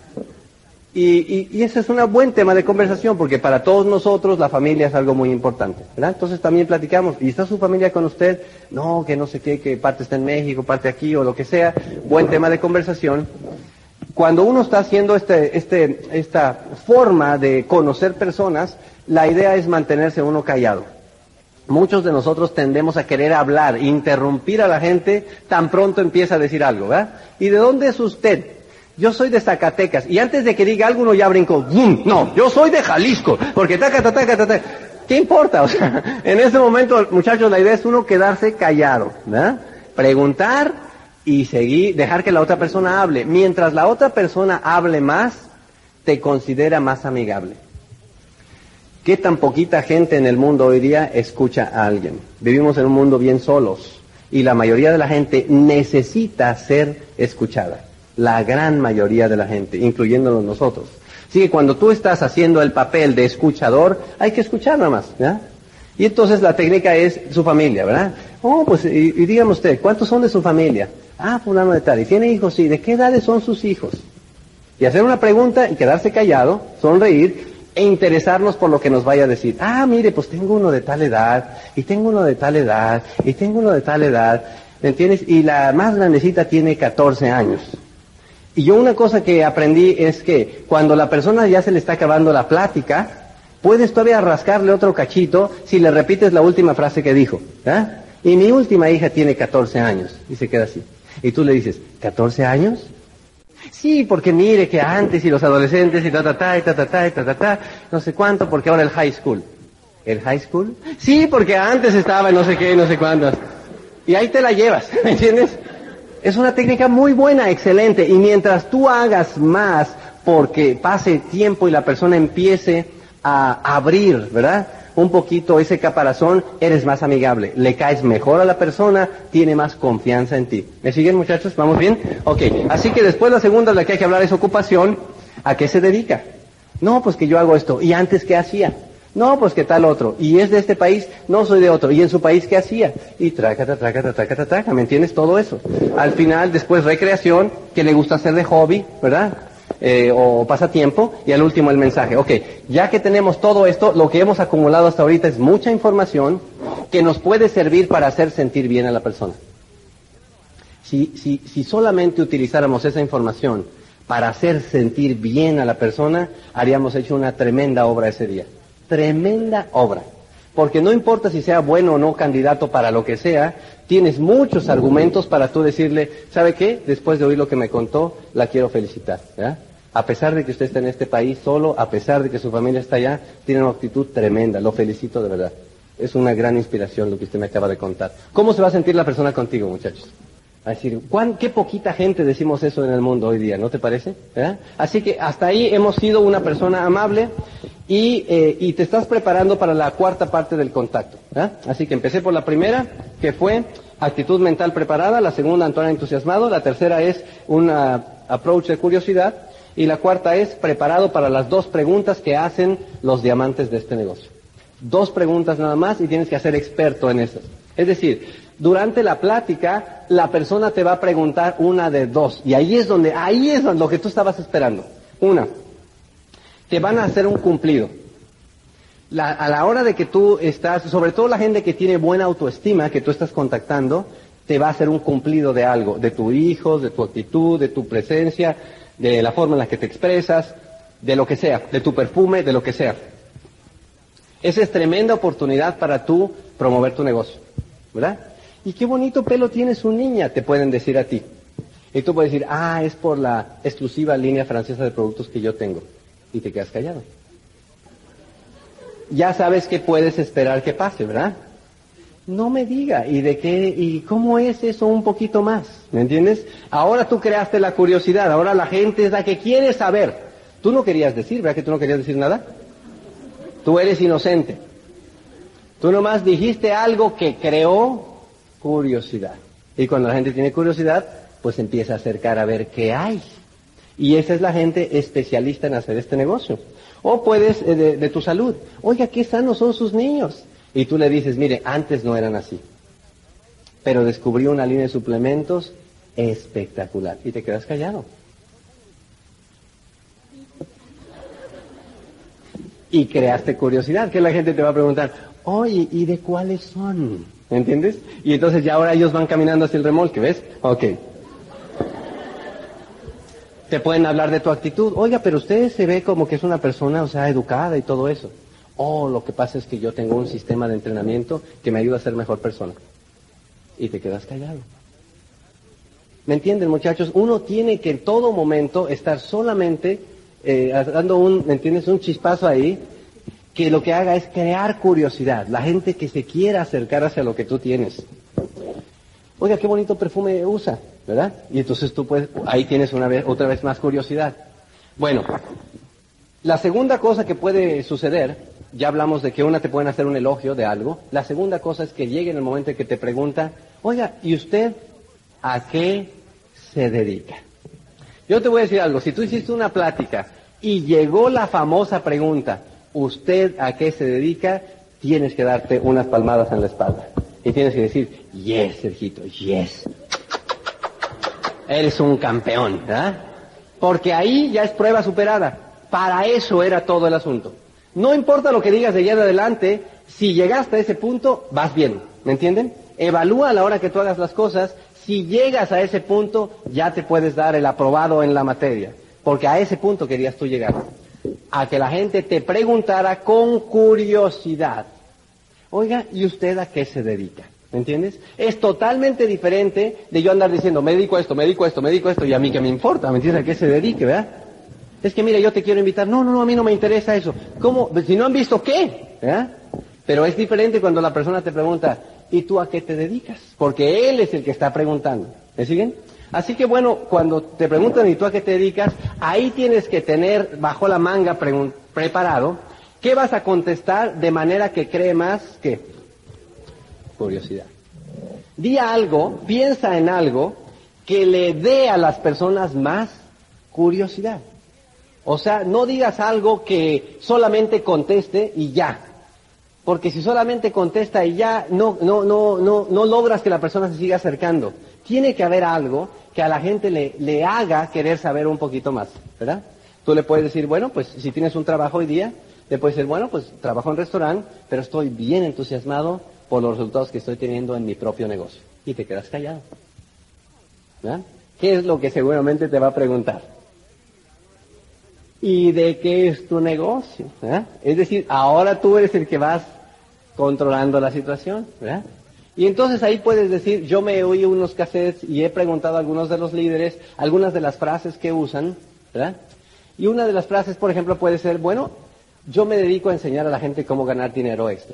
Y, y, y ese es un buen tema de conversación, porque para todos nosotros la familia es algo muy importante, ¿verdad? Entonces también platicamos, ¿y está su familia con usted? No, que no sé qué, que parte está en México, parte aquí, o lo que sea. Buen tema de conversación. Cuando uno está haciendo este, este, esta forma de conocer personas, la idea es mantenerse uno callado. Muchos de nosotros tendemos a querer hablar, interrumpir a la gente tan pronto empieza a decir algo, ¿verdad? ¿Y de dónde es usted? Yo soy de Zacatecas. Y antes de que diga algo uno ya brincó. ¡Bum! No, yo soy de Jalisco. Porque taca, taca, taca, taca. ¿Qué importa? O sea, en ese momento, muchachos, la idea es uno quedarse callado, ¿verdad? Preguntar y seguir, dejar que la otra persona hable. Mientras la otra persona hable más, te considera más amigable. ¿Qué tan poquita gente en el mundo hoy día escucha a alguien? Vivimos en un mundo bien solos y la mayoría de la gente necesita ser escuchada. La gran mayoría de la gente, incluyéndonos nosotros. Así que cuando tú estás haciendo el papel de escuchador, hay que escuchar nada más, ¿ya? Y entonces la técnica es su familia, ¿verdad? Oh, pues, y, y dígame usted, ¿cuántos son de su familia? Ah, fulano de tal. ¿Y tiene hijos? Sí. ¿De qué edades son sus hijos? Y hacer una pregunta y quedarse callado, sonreír, e interesarnos por lo que nos vaya a decir. Ah, mire, pues tengo uno de tal edad, y tengo uno de tal edad, y tengo uno de tal edad, ¿me entiendes? Y la más grandecita tiene catorce años. Y yo una cosa que aprendí es que cuando la persona ya se le está acabando la plática, puedes todavía rascarle otro cachito si le repites la última frase que dijo. ¿Eh? Y mi última hija tiene catorce años, y se queda así. Y tú le dices, ¿catorce años? Sí, porque mire que antes y los adolescentes y ta ta ta y ta ta ta y ta ta ta, no sé cuánto, porque ahora el high school. ¿El high school? Sí, porque antes estaba en no sé qué, no sé cuántas. Y ahí te la llevas, ¿me entiendes? Es una técnica muy buena, excelente, y mientras tú hagas más porque pase tiempo y la persona empiece a abrir, ¿verdad?, un poquito ese caparazón, eres más amigable, le caes mejor a la persona, tiene más confianza en ti. ¿Me siguen, muchachos? ¿Vamos bien? Ok, así que después la segunda de la que hay que hablar es ocupación. ¿A qué se dedica? No, pues que yo hago esto. ¿Y antes qué hacía? No, pues que tal otro. ¿Y es de este país? No, soy de otro. ¿Y en su país qué hacía? Y trácata, trácata, trácata, trácata, ¿me entiendes? Todo eso. Al final, después recreación, que le gusta hacer de hobby, ¿verdad?, Eh, o pasatiempo, y al último el mensaje. Ok, ya que tenemos todo esto, lo que hemos acumulado hasta ahorita es mucha información que nos puede servir para hacer sentir bien a la persona. Si, si, si solamente utilizáramos esa información para hacer sentir bien a la persona, haríamos hecho una tremenda obra ese día. Tremenda obra. Porque no importa si sea bueno o no candidato para lo que sea, tienes muchos argumentos para tú decirle, ¿sabe qué? Después de oír lo que me contó, la quiero felicitar, ¿verdad? A pesar de que usted está en este país solo, a pesar de que su familia está allá, tiene una actitud tremenda, lo felicito de verdad. Es una gran inspiración lo que usted me acaba de contar. ¿Cómo se va a sentir la persona contigo, muchachos? A decir, ¿cuán, qué poquita gente decimos eso en el mundo hoy día, ¿no te parece? ¿Verdad? Así que hasta ahí hemos sido una persona amable y, eh, y te estás preparando para la cuarta parte del contacto, ¿verdad? Así que empecé por la primera, que fue actitud mental preparada, la segunda, actuar entusiasmado, la tercera es un uh, approach de curiosidad, y la cuarta es preparado para las dos preguntas que hacen los diamantes de este negocio. Dos preguntas nada más y tienes que ser experto en eso. Es decir, durante la plática, la persona te va a preguntar una de dos. Y ahí es donde, ahí es lo que tú estabas esperando. Una, te van a hacer un cumplido. La, a la hora de que tú estás, sobre todo la gente que tiene buena autoestima, que tú estás contactando, te va a hacer un cumplido de algo. De tu hijo, de tu actitud, de tu presencia, de la forma en la que te expresas, de lo que sea, de tu perfume, de lo que sea. Esa es tremenda oportunidad para tú promover tu negocio, ¿verdad? Y qué bonito pelo tiene su niña, te pueden decir a ti. Y tú puedes decir, ah, es por la exclusiva línea francesa de productos que yo tengo. Y te quedas callado. Ya sabes que puedes esperar que pase, ¿verdad? No me diga, ¿y de qué, y cómo es eso un poquito más? ¿Me entiendes? Ahora tú creaste la curiosidad, ahora la gente es la que quiere saber. Tú no querías decir, ¿verdad que tú no querías decir nada? Tú eres inocente. Tú nomás dijiste algo que creó curiosidad. Y cuando la gente tiene curiosidad, pues empieza a acercar a ver qué hay. Y esa es la gente especialista en hacer este negocio. O puedes, eh, de, de tu salud. Oiga, qué sanos son sus niños. Y tú le dices, mire, antes no eran así. Pero descubrí una línea de suplementos espectacular. Y te quedas callado. Y creaste curiosidad, que la gente te va a preguntar, oye, ¿y de cuáles son? ¿Me entiendes? Y entonces ya ahora ellos van caminando hacia el remolque, ¿ves? Ok. Te pueden hablar de tu actitud. Oiga, pero usted se ve como que es una persona, o sea, educada y todo eso. Oh, lo que pasa es que yo tengo un sistema de entrenamiento que me ayuda a ser mejor persona. Y te quedas callado. ¿Me entienden, muchachos? Uno tiene que en todo momento estar solamente eh, dando un, ¿me entiendes? Un chispazo ahí, que lo que haga es crear curiosidad. La gente que se quiera acercar hacia lo que tú tienes. Oiga, qué bonito perfume usa, ¿verdad? Y entonces tú puedes, ahí tienes una vez, otra vez más curiosidad. Bueno, la segunda cosa que puede suceder, ya hablamos de que una te pueden hacer un elogio de algo. La segunda cosa es que llegue en el momento en que te pregunta, oiga, ¿y usted a qué se dedica? Yo te voy a decir algo, si tú hiciste una plática y llegó la famosa pregunta, ¿usted a qué se dedica? Tienes que darte unas palmadas en la espalda. Y tienes que decir, yes, Sergito, yes. Eres un campeón, ¿verdad? Porque ahí ya es prueba superada. Para eso era todo el asunto. No importa lo que digas de allá en adelante, si llegaste a ese punto, vas bien, ¿me entienden? Evalúa a la hora que tú hagas las cosas, si llegas a ese punto, ya te puedes dar el aprobado en la materia. Porque a ese punto querías tú llegar. A que la gente te preguntara con curiosidad. Oiga, ¿y usted a qué se dedica? ¿Me entiendes? Es totalmente diferente de yo andar diciendo, me dedico a esto, me dedico a esto, me dedico a esto, y a mí que me importa, ¿me entiendes? ¿A qué se dedique, verdad? Es que mira, yo te quiero invitar, no, no, no, a mí no me interesa eso. ¿Cómo? Si no han visto, ¿qué? ¿Verdad? Pero es diferente cuando la persona te pregunta, ¿y tú a qué te dedicas? Porque él es el que está preguntando. ¿Me siguen? Así que bueno, cuando te preguntan, ¿y tú a qué te dedicas? Ahí tienes que tener bajo la manga pregun- preparado, ¿qué vas a contestar de manera que cree más que curiosidad? Di algo, piensa en algo que le dé a las personas más curiosidad. O sea, no digas algo que solamente conteste y ya. Porque si solamente contesta y ya, no, no, no, no, no logras que la persona se siga acercando. Tiene que haber algo que a la gente le, le haga querer saber un poquito más, ¿verdad? Tú le puedes decir, bueno, pues si tienes un trabajo hoy día, le puedes decir, bueno, pues trabajo en restaurante, pero estoy bien entusiasmado por los resultados que estoy teniendo en mi propio negocio. Y te quedas callado. ¿Verdad? ¿Qué es lo que seguramente te va a preguntar? ¿Y de qué es tu negocio? ¿Verdad? Es decir, ahora tú eres el que vas controlando la situación, ¿verdad? Y entonces ahí puedes decir, yo me he oído unos cassettes y he preguntado a algunos de los líderes algunas de las frases que usan, ¿verdad? Y una de las frases, por ejemplo, puede ser, bueno, yo me dedico a enseñar a la gente cómo ganar dinero extra.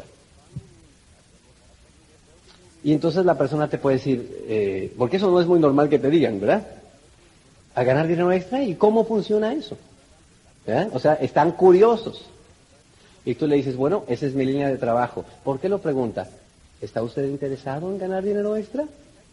Y entonces la persona te puede decir, eh, porque eso no es muy normal que te digan, ¿verdad? A ganar dinero extra, ¿y cómo funciona eso? ¿Verdad? O sea, están curiosos. Y tú le dices, bueno, esa es mi línea de trabajo. ¿Por qué lo pregunta? ¿Está usted interesado en ganar dinero extra?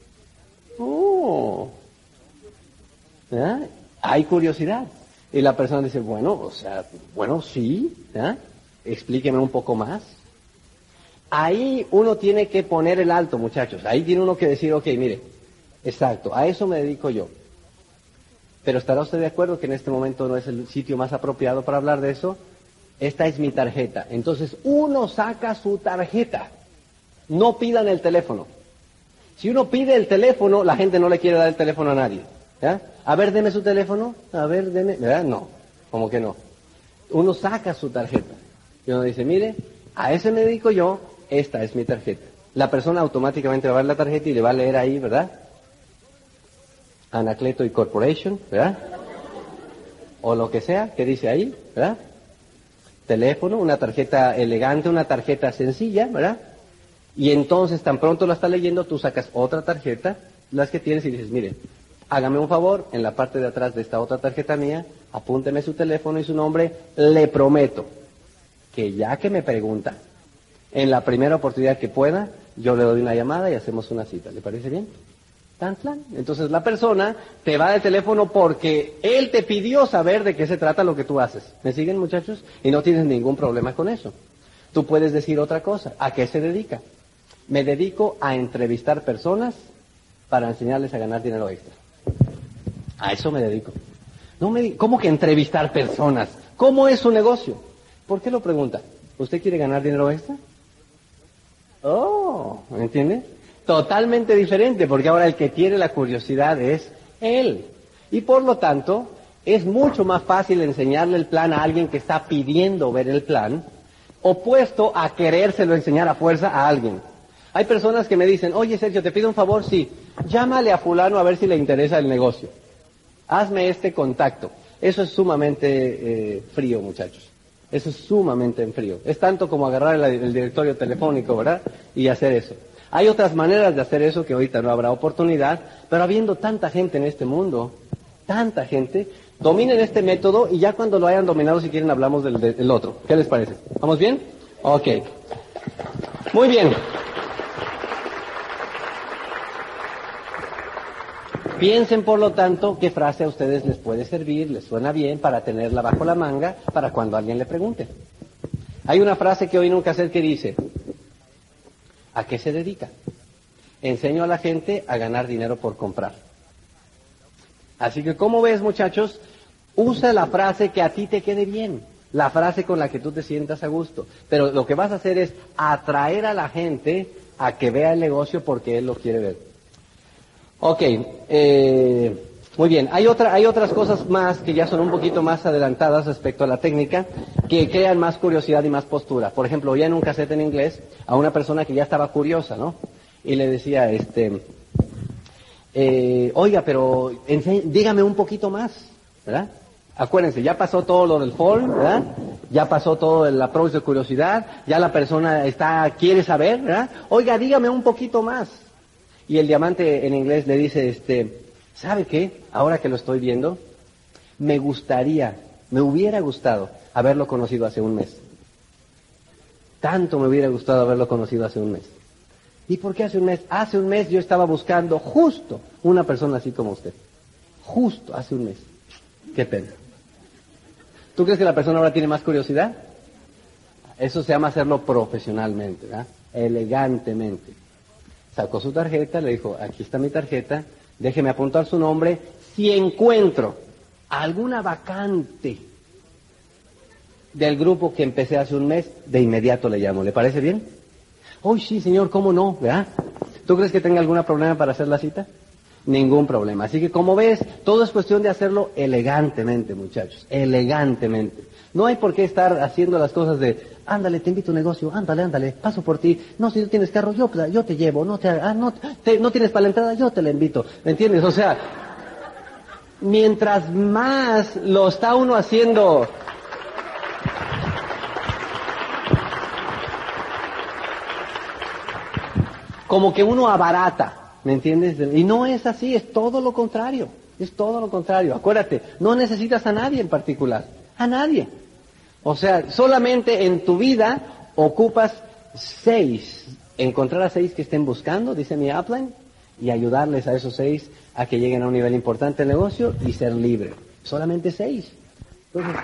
Oh. ¿Verdad? Hay curiosidad. Y la persona dice, bueno, o sea, bueno, sí, ¿verdad? Explíqueme un poco más. Ahí uno tiene que poner el alto, muchachos. Ahí tiene uno que decir, ok, mire, exacto, a eso me dedico yo. Pero ¿estará usted de acuerdo que en este momento no es el sitio más apropiado para hablar de eso? Esta es mi tarjeta. Entonces uno saca su tarjeta. No pidan el teléfono. Si uno pide el teléfono, la gente no le quiere dar el teléfono a nadie. ¿Ya? A ver, deme su teléfono. A ver, deme. ¿Verdad? No. ¿Cómo que no? Uno saca su tarjeta. Y uno dice, mire, a ese me dedico yo, esta es mi tarjeta. La persona automáticamente va a ver la tarjeta y le va a leer ahí, ¿verdad? Anacleto y Corporation, ¿verdad? O lo que sea, que dice ahí, ¿verdad? Teléfono, una tarjeta elegante, una tarjeta sencilla, ¿verdad? Y entonces, tan pronto la está leyendo, tú sacas otra tarjeta, las que tienes, y dices, mire, hágame un favor, en la parte de atrás de esta otra tarjeta mía, apúnteme su teléfono y su nombre, le prometo que ya que me pregunta, en la primera oportunidad que pueda, yo le doy una llamada y hacemos una cita. ¿Le parece bien? Tan, tan. Entonces la persona te va de teléfono porque él te pidió saber de qué se trata lo que tú haces. ¿Me siguen, muchachos? Y no tienes ningún problema con eso. Tú puedes decir otra cosa. ¿A qué se dedica? Me dedico a entrevistar personas para enseñarles a ganar dinero extra. A eso me dedico. No me, ¿cómo que entrevistar personas? ¿Cómo es su negocio? ¿Por qué lo pregunta? ¿Usted quiere ganar dinero extra? Oh, ¿me entiende? Totalmente diferente, porque ahora el que tiene la curiosidad es él. Y por lo tanto, es mucho más fácil enseñarle el plan a alguien que está pidiendo ver el plan, opuesto a querérselo enseñar a fuerza a alguien. Hay personas que me dicen, oye Sergio, te pido un favor, sí, llámale a fulano a ver si le interesa el negocio. Hazme este contacto. Eso es sumamente eh, frío, muchachos. Eso es sumamente en frío. Es tanto como agarrar el, el directorio telefónico, ¿verdad? Y hacer eso. Hay otras maneras de hacer eso que ahorita no habrá oportunidad, pero habiendo tanta gente en este mundo, tanta gente, dominen este método y ya cuando lo hayan dominado, si quieren, hablamos del, del otro. ¿Qué les parece? ¿Vamos bien? Ok. Muy bien. Piensen, por lo tanto, qué frase a ustedes les puede servir, les suena bien para tenerla bajo la manga para cuando alguien le pregunte. Hay una frase que oí en un cassette que dice, ¿a qué se dedica? Enseño a la gente a ganar dinero por comprar. Así que, ¿cómo ves, muchachos? Usa la frase que a ti te quede bien, la frase con la que tú te sientas a gusto. Pero lo que vas a hacer es atraer a la gente a que vea el negocio porque él lo quiere ver. Ok, eh, muy bien. Hay otra, hay otras cosas más que ya son un poquito más adelantadas respecto a la técnica, que crean más curiosidad y más postura. Por ejemplo, ya en un cassette en inglés, a una persona que ya estaba curiosa, ¿no? y le decía, este, eh, oiga, pero ense- dígame un poquito más, ¿verdad? Acuérdense, ya pasó todo lo del fall, ¿verdad? Ya pasó todo el approach de curiosidad, ya la persona está, quiere saber, ¿verdad? Oiga, dígame un poquito más. Y el diamante en inglés le dice, este, ¿sabe qué? Ahora que lo estoy viendo, me gustaría, me hubiera gustado haberlo conocido hace un mes. Tanto me hubiera gustado haberlo conocido hace un mes. ¿Y por qué hace un mes? Hace un mes yo estaba buscando justo una persona así como usted. Justo hace un mes. Qué pena. ¿Tú crees que la persona ahora tiene más curiosidad? Eso se llama hacerlo profesionalmente, ¿verdad? Elegantemente. Sacó su tarjeta, le dijo, aquí está mi tarjeta, déjeme apuntar su nombre. Si encuentro alguna vacante del grupo que empecé hace un mes, de inmediato le llamo. ¿Le parece bien? Uy, sí, señor, ¿cómo no? ¿Verdad? ¿Tú crees que tenga algún problema para hacer la cita? Ningún problema. Así que, como ves, todo es cuestión de hacerlo elegantemente, muchachos. Elegantemente. No hay por qué estar haciendo las cosas de, ándale, te invito a un negocio, ándale, ándale, paso por ti. No, si tú tienes carro, yo, yo te llevo. No te, ah, no, te, no tienes para la entrada, yo te la invito. ¿Me entiendes? O sea, mientras más lo está uno haciendo... como que uno abarata, ¿me entiendes? Y no es así, es todo lo contrario, es todo lo contrario. Acuérdate, no necesitas a nadie en particular, a nadie. O sea, solamente en tu vida ocupas seis, encontrar a seis que estén buscando, dice mi upline, y ayudarles a esos seis a que lleguen a un nivel importante del negocio y ser libre. Solamente seis. Entonces,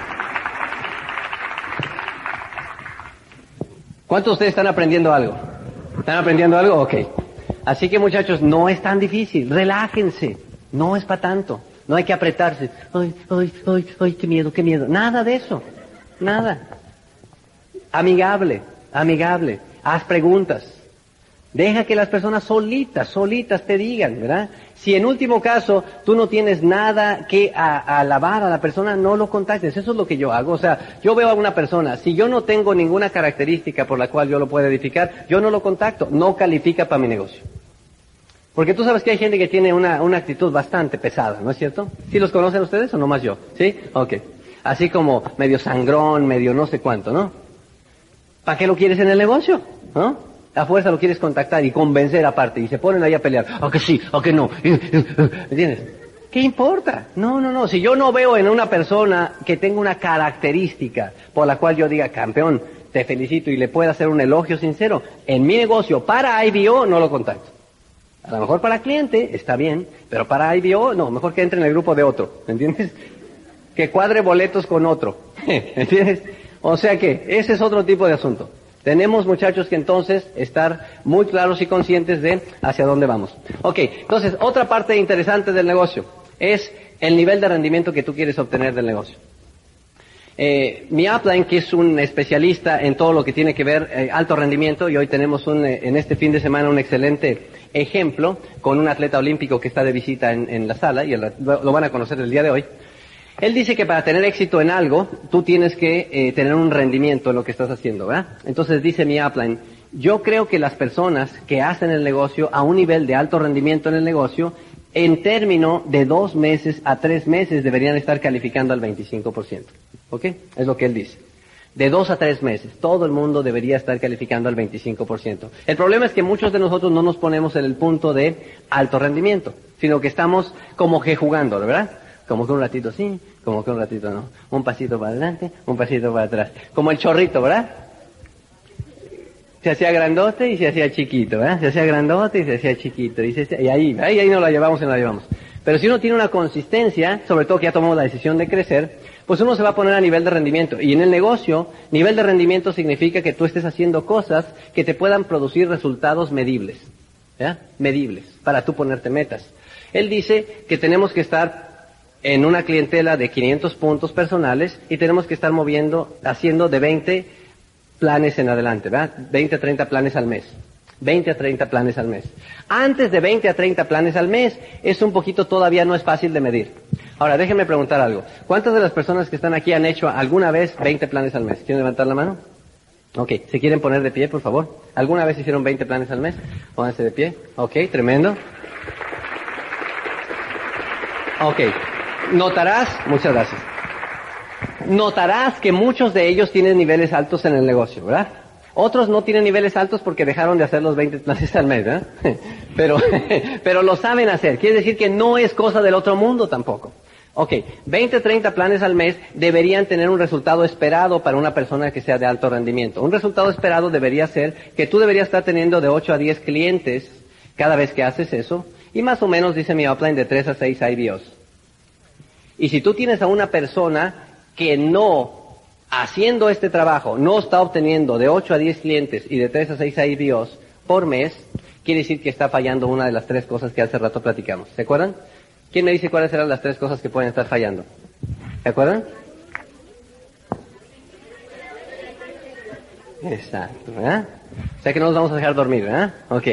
¿cuántos de ustedes están aprendiendo algo? ¿Están aprendiendo algo? Ok. Así que, muchachos, no es tan difícil. Relájense. No es para tanto. No hay que apretarse. Ay, ay, ay, ay, qué miedo, qué miedo. Nada de eso. Nada. Amigable, amigable. Haz preguntas. Deja que las personas solitas, solitas te digan, ¿verdad? Si en último caso tú no tienes nada que a, a alabar a la persona, no lo contactes. Eso es lo que yo hago. O sea, yo veo a una persona, si yo no tengo ninguna característica por la cual yo lo pueda edificar, yo no lo contacto. No califica para mi negocio. Porque tú sabes que hay gente que tiene una, una actitud bastante pesada, ¿no es cierto? ¿Sí los conocen ustedes o no más yo? ¿Sí? Ok. Así como medio sangrón, medio no sé cuánto, ¿no? ¿Para qué lo quieres en el negocio? ¿No? A fuerza lo quieres contactar y convencer aparte, y se ponen ahí a pelear, ¿a que sí? ¿A que no? ¿Entiendes? ¿Qué importa? No, no, no, si yo no veo en una persona que tenga una característica por la cual yo diga, campeón, te felicito y le pueda hacer un elogio sincero, en mi negocio para I B O no lo contacto. A lo mejor para cliente está bien, pero para I B O no, mejor que entre en el grupo de otro, ¿entiendes? Que cuadre boletos con otro, ¿entiendes? O sea que ese es otro tipo de asunto. Tenemos, muchachos, que entonces estar muy claros y conscientes de hacia dónde vamos. Ok, entonces, otra parte interesante del negocio es el nivel de rendimiento que tú quieres obtener del negocio. Eh, mi upline, que es un especialista en todo lo que tiene que ver eh, alto rendimiento, y hoy tenemos un, eh, en este fin de semana un excelente ejemplo con un atleta olímpico que está de visita en, en la sala, y el, lo van a conocer el día de hoy. Él dice que para tener éxito en algo, tú tienes que eh, tener un rendimiento en lo que estás haciendo, ¿verdad? Entonces dice mi upline, yo creo que las personas que hacen el negocio a un nivel de alto rendimiento en el negocio, en término de dos meses a tres meses deberían estar calificando al veinticinco por ciento. ¿Ok? Es lo que él dice. De dos a tres meses, todo el mundo debería estar calificando al veinticinco por ciento. El problema es que muchos de nosotros no nos ponemos en el punto de alto rendimiento, sino que estamos como que jugando, ¿verdad? Como que un ratito sí, como que un ratito no. Un pasito para adelante, un pasito para atrás. Como el chorrito, ¿verdad? Se hacía grandote y se hacía chiquito, ¿verdad? Se hacía grandote y se hacía chiquito. Y, se hacía, y ahí, ahí, ahí no la llevamos y no la llevamos. Pero si uno tiene una consistencia, sobre todo que ya tomamos la decisión de crecer, pues uno se va a poner a nivel de rendimiento. Y en el negocio, nivel de rendimiento significa que tú estés haciendo cosas que te puedan producir resultados medibles. ¿Ya? Medibles, para tú ponerte metas. Él dice que tenemos que estar en una clientela de quinientos puntos personales y tenemos que estar moviendo, haciendo de veinte planes en adelante, ¿verdad? veinte a treinta planes al mes. veinte a treinta planes al mes. Antes de veinte a treinta planes al mes, es un poquito, todavía no es fácil de medir. Ahora, déjenme preguntar algo. ¿Cuántas de las personas que están aquí han hecho alguna vez veinte planes al mes? ¿Quieren levantar la mano? Ok, ¿se quieren poner de pie, por favor? ¿Alguna vez hicieron veinte planes al mes? Pónganse de pie. Ok, tremendo. Ok, notarás, muchas gracias. Notarás que muchos de ellos tienen niveles altos en el negocio, ¿verdad? Otros no tienen niveles altos porque dejaron de hacer los veinte planes al mes, ¿verdad? Pero, pero lo saben hacer. Quiere decir que no es cosa del otro mundo tampoco. Ok, veinte, treinta planes al mes deberían tener un resultado esperado para una persona que sea de alto rendimiento. Un resultado esperado debería ser que tú deberías estar teniendo de ocho a diez clientes cada vez que haces eso, y más o menos, dice mi upline, de tres a seis I B Os. Y si tú tienes a una persona que no, haciendo este trabajo, no está obteniendo de ocho a diez clientes y de tres a seis I B Os por mes, quiere decir que está fallando una de las tres cosas que hace rato platicamos. ¿Se acuerdan? ¿Quién me dice cuáles serán las tres cosas que pueden estar fallando? ¿Se acuerdan? Exacto, ¿verdad? O sea que no nos vamos a dejar dormir, ¿verdad? Ok.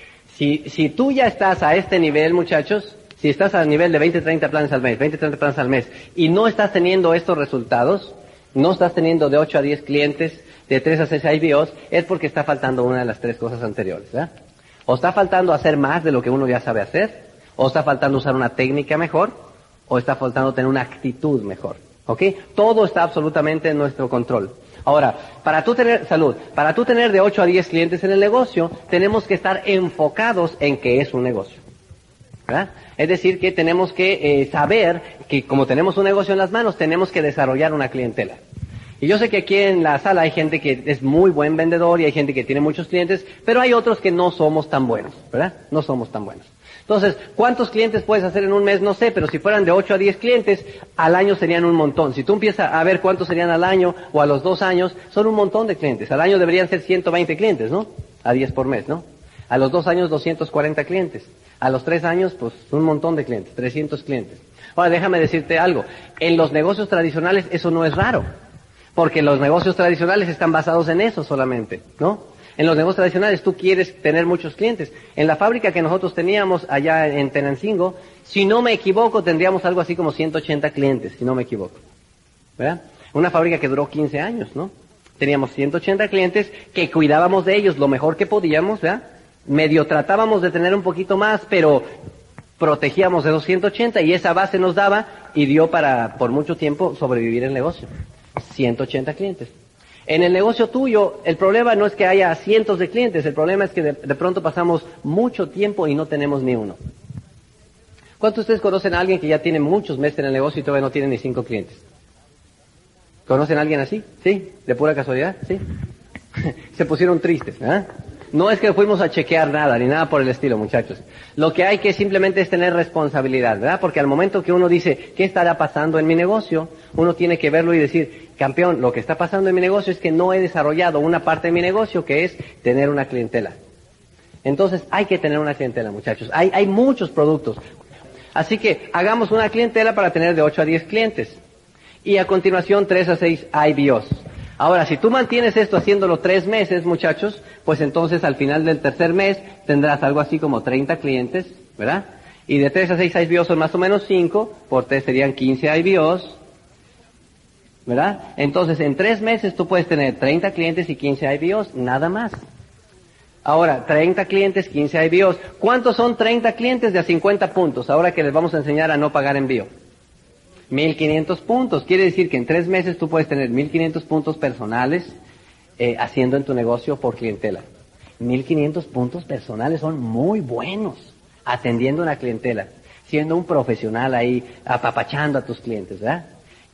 Si, si tú ya estás a este nivel, muchachos, si estás al nivel de veinte, treinta planes al mes, veinte, treinta planes al mes, y no estás teniendo estos resultados, no estás teniendo de ocho a diez clientes, de tres a seis I B Os, es porque está faltando una de las tres cosas anteriores, ¿verdad? O está faltando hacer más de lo que uno ya sabe hacer, o está faltando usar una técnica mejor, o está faltando tener una actitud mejor, ¿ok? Todo está absolutamente en nuestro control. Ahora, para tú tener, salud, para tú tener de ocho a diez clientes en el negocio, tenemos que estar enfocados en que es un negocio, ¿verdad? Es decir, que tenemos que eh, saber que como tenemos un negocio en las manos, tenemos que desarrollar una clientela. Y yo sé que aquí en la sala hay gente que es muy buen vendedor y hay gente que tiene muchos clientes, pero hay otros que no somos tan buenos, ¿verdad? No somos tan buenos. Entonces, ¿cuántos clientes puedes hacer en un mes? No sé, pero si fueran de ocho a diez clientes, al año serían un montón. Si tú empiezas a ver cuántos serían al año o a los dos años, son un montón de clientes. Al año deberían ser ciento veinte clientes, ¿no? A diez por mes, ¿no? A los dos años, doscientos cuarenta clientes. A los tres años, pues, un montón de clientes, trescientos clientes. Ahora, déjame decirte algo. En los negocios tradicionales eso no es raro. Porque los negocios tradicionales están basados en eso solamente, ¿no? En los negocios tradicionales tú quieres tener muchos clientes. En la fábrica que nosotros teníamos allá en Tenancingo, si no me equivoco, tendríamos algo así como ciento ochenta clientes, si no me equivoco. ¿Verdad? Una fábrica que duró quince años, ¿no? Teníamos ciento ochenta clientes que cuidábamos de ellos lo mejor que podíamos, ¿verdad? Medio tratábamos de tener un poquito más, pero protegíamos de esos ciento ochenta y esa base nos daba y dio para, por mucho tiempo, sobrevivir el negocio. ciento ochenta clientes. En el negocio tuyo, el problema no es que haya cientos de clientes, el problema es que de, de pronto pasamos mucho tiempo y no tenemos ni uno. ¿Cuántos de ustedes conocen a alguien que ya tiene muchos meses en el negocio y todavía no tiene ni cinco clientes? ¿Conocen a alguien así? ¿Sí? ¿De pura casualidad? ¿Sí? Se pusieron tristes, ¿eh? No es que fuimos a chequear nada, ni nada por el estilo, muchachos. Lo que hay que simplemente es tener responsabilidad, ¿verdad? Porque al momento que uno dice, ¿qué estará pasando en mi negocio? Uno tiene que verlo y decir, campeón, lo que está pasando en mi negocio es que no he desarrollado una parte de mi negocio que es tener una clientela. Entonces, hay que tener una clientela, muchachos. Hay, hay muchos productos. Así que, hagamos una clientela para tener de ocho a diez clientes. Y a continuación, tres a seis I B Os. Ahora, si tú mantienes esto haciéndolo tres meses, muchachos, pues entonces al final del tercer mes tendrás algo así como treinta clientes, ¿verdad? Y de tres a seis I B Os son más o menos cinco, por tres serían quince I B Os, ¿verdad? Entonces, en tres meses tú puedes tener treinta clientes y quince I B Os, nada más. Ahora, treinta clientes, quince I B Os. ¿Cuántos son treinta clientes de a cincuenta puntos? Ahora que les vamos a enseñar a no pagar envío. mil quinientos puntos. Quiere decir que en tres meses tú puedes tener mil quinientos puntos personales eh, haciendo en tu negocio por clientela. mil quinientos puntos personales son muy buenos atendiendo una clientela, siendo un profesional ahí, apapachando a tus clientes, ¿verdad?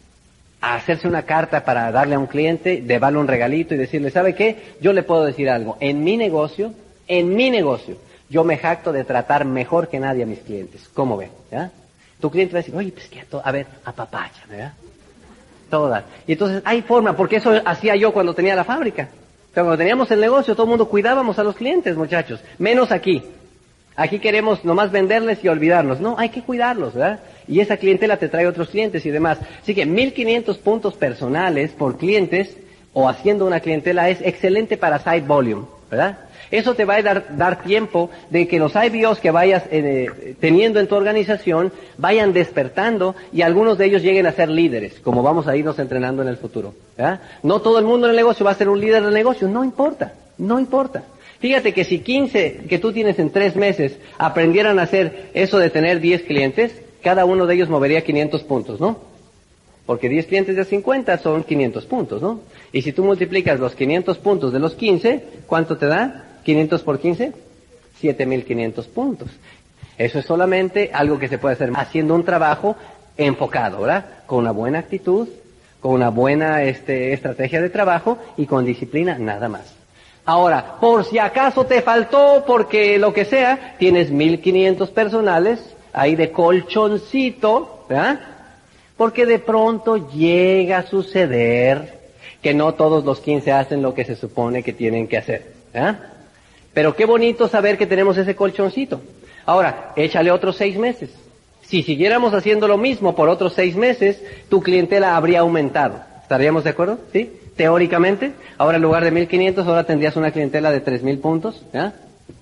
A hacerse una carta para darle a un cliente, llevarle un regalito y decirle, ¿sabe qué? Yo le puedo decir algo. En mi negocio, en mi negocio, yo me jacto de tratar mejor que nadie a mis clientes. ¿Cómo ven? ¿Ya? Tu cliente va a decir, oye, pues que a, to- a ver, apapacha, ¿verdad? Todas. Y entonces hay forma, porque eso hacía yo cuando tenía la fábrica. O sea, cuando teníamos el negocio, todo el mundo cuidábamos a los clientes, muchachos. Menos aquí. Aquí queremos nomás venderles y olvidarnos. No, hay que cuidarlos, ¿verdad? Y esa clientela te trae otros clientes y demás. Así que mil quinientos puntos personales por clientes o haciendo una clientela es excelente para side volume. ¿verdad? Eso te va a dar, dar tiempo de que los I B Os que vayas eh, teniendo en tu organización vayan despertando y algunos de ellos lleguen a ser líderes, como vamos a irnos entrenando en el futuro, ¿verdad? No todo el mundo en el negocio va a ser un líder del negocio, no importa, no importa. Fíjate que si quince que tú tienes en tres meses aprendieran a hacer eso de tener diez clientes, cada uno de ellos movería quinientos puntos, ¿no? Porque diez clientes de cincuenta son quinientos puntos, ¿no? Y si tú multiplicas los quinientos puntos de los quince, ¿cuánto te da? quinientos por quince, siete mil quinientos puntos. Eso es solamente algo que se puede hacer haciendo un trabajo enfocado, ¿verdad? Con una buena actitud, con una buena este, estrategia de trabajo y con disciplina, nada más. Ahora, por si acaso te faltó, porque lo que sea, tienes mil quinientos personales ahí de colchoncito, ¿verdad? Porque de pronto llega a suceder que no todos los quince hacen lo que se supone que tienen que hacer, ¿verdad? Pero qué bonito saber que tenemos ese colchoncito. Ahora, échale otros seis meses. Si siguiéramos haciendo lo mismo por otros seis meses, tu clientela habría aumentado. ¿Estaríamos de acuerdo? ¿Sí? Teóricamente. Ahora en lugar de mil quinientos, ahora tendrías una clientela de tres mil puntos, ¿verdad?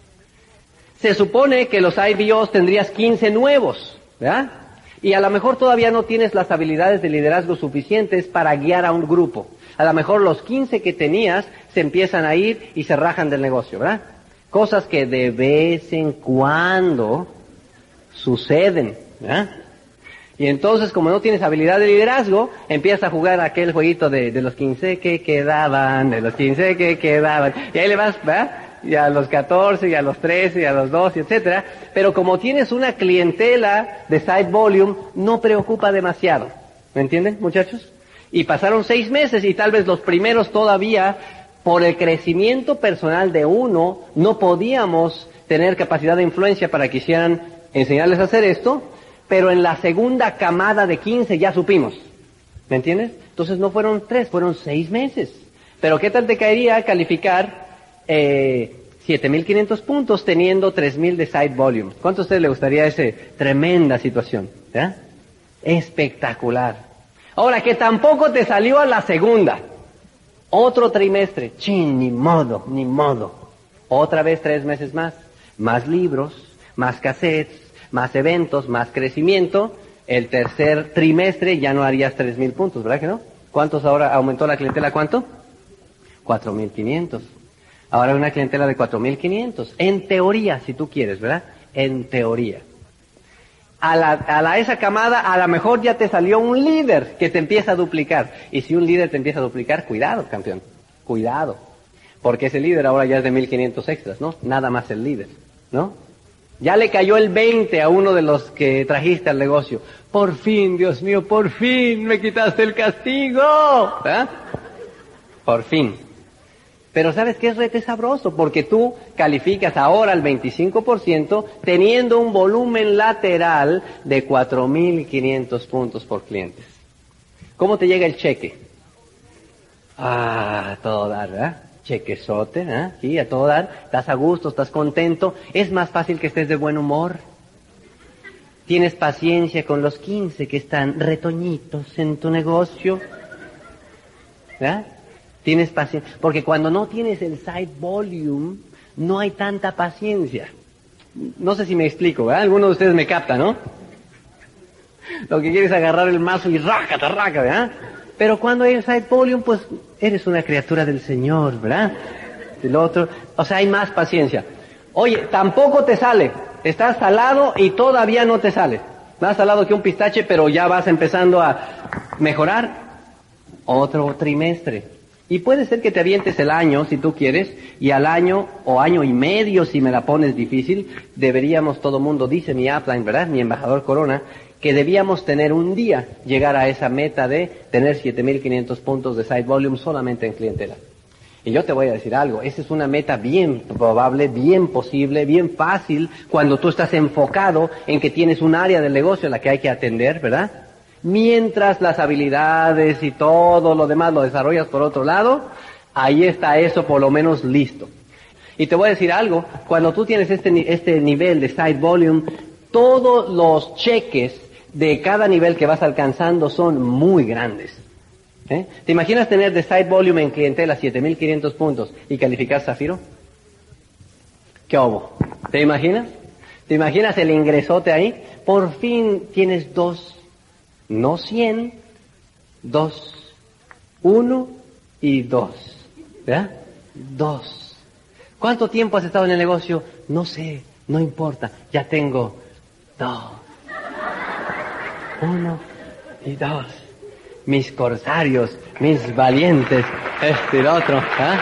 Se supone que los I B Os tendrías quince nuevos, ¿verdad? Y a lo mejor todavía no tienes las habilidades de liderazgo suficientes para guiar a un grupo. A lo mejor los quince que tenías se empiezan a ir y se rajan del negocio, ¿verdad? Cosas que de vez en cuando suceden, ¿verdad? Y entonces, como no tienes habilidad de liderazgo, empiezas a jugar aquel jueguito de, de los quince que quedaban, de los quince que quedaban. Y ahí le vas, ¿verdad? Y a los catorce, y a los trece, y a los doce, etcétera. Pero como tienes una clientela de side volume, no preocupa demasiado. ¿Me entienden, muchachos? Y pasaron seis meses y tal vez los primeros todavía, por el crecimiento personal de uno, no podíamos tener capacidad de influencia para que quisieran enseñarles a hacer esto, pero en la segunda camada de quince ya supimos. ¿Me entiendes? Entonces no fueron tres, fueron seis meses. Pero ¿qué tal te caería calificar eh, siete mil quinientos puntos teniendo tres mil de side volume? ¿Cuánto a usted le gustaría esa tremenda situación? ¿Ya? Espectacular. Ahora, que tampoco te salió a la segunda. Otro trimestre. Chin, ni modo, ni modo. Otra vez tres meses más. Más libros, más cassettes, más eventos, más crecimiento. El tercer trimestre ya no harías tres mil puntos, ¿verdad que no? ¿Cuántos ahora aumentó la clientela? ¿Cuánto? cuatro mil quinientos. Ahora hay una clientela de cuatro mil quinientos. En teoría, si tú quieres, ¿verdad? En teoría. A la, a la esa camada, a lo mejor ya te salió un líder que te empieza a duplicar. Y si un líder te empieza a duplicar, cuidado, campeón. Cuidado. Porque ese líder ahora ya es de mil quinientos extras, ¿no? Nada más el líder, ¿no? Ya le cayó el veinte a uno de los que trajiste al negocio. Por fin, Dios mío, por fin me quitaste el castigo. ¿Eh? Por fin. Pero ¿sabes qué es rete sabroso? Porque tú calificas ahora al veinticinco por ciento teniendo un volumen lateral de cuatro mil quinientos puntos por clientes. ¿Cómo te llega el cheque? Ah, todo dar, ¿verdad? Chequesote, ¿eh? Aquí, a todo dar. Estás a gusto, estás contento. Es más fácil que estés de buen humor. Tienes paciencia con los quince que están retoñitos en tu negocio. ¿Verdad? Tienes paciencia, porque cuando no tienes el side volume, no hay tanta paciencia. No sé si me explico, ¿verdad? Algunos de ustedes me captan, ¿no? Lo que quieres es agarrar el mazo y raca, te raca, ¿verdad? Pero cuando hay el side volume, pues eres una criatura del Señor, ¿verdad? El otro, o sea, hay más paciencia. Oye, tampoco te sale. Estás salado y todavía no te sale. Más salado que un pistache, pero ya vas empezando a mejorar. Otro trimestre. Y puede ser que te avientes el año, si tú quieres, y al año o año y medio, si me la pones difícil, deberíamos, todo mundo dice, mi upline, ¿verdad? Mi embajador Corona, que debíamos tener un día llegar a esa meta de tener siete mil quinientos puntos de side volume solamente en clientela. Y yo te voy a decir algo, esa es una meta bien probable, bien posible, bien fácil, cuando tú estás enfocado en que tienes un área del negocio en la que hay que atender, ¿verdad? Mientras las habilidades y todo lo demás lo desarrollas por otro lado, ahí está eso por lo menos listo. Y te voy a decir algo, cuando tú tienes este, este nivel de side volume, todos los cheques de cada nivel que vas alcanzando son muy grandes. ¿Eh? ¿Te imaginas tener de side volume en clientela siete mil quinientos puntos y calificar Zafiro? ¿Qué hubo? ¿Te imaginas? ¿Te imaginas el ingresote ahí? Por fin tienes dos, no cien, dos, uno y dos, ¿verdad? Dos. ¿Cuánto tiempo has estado en el negocio? No sé, no importa, ya tengo dos. Uno y dos. Mis corsarios, mis valientes, este y el otro, ¿ah?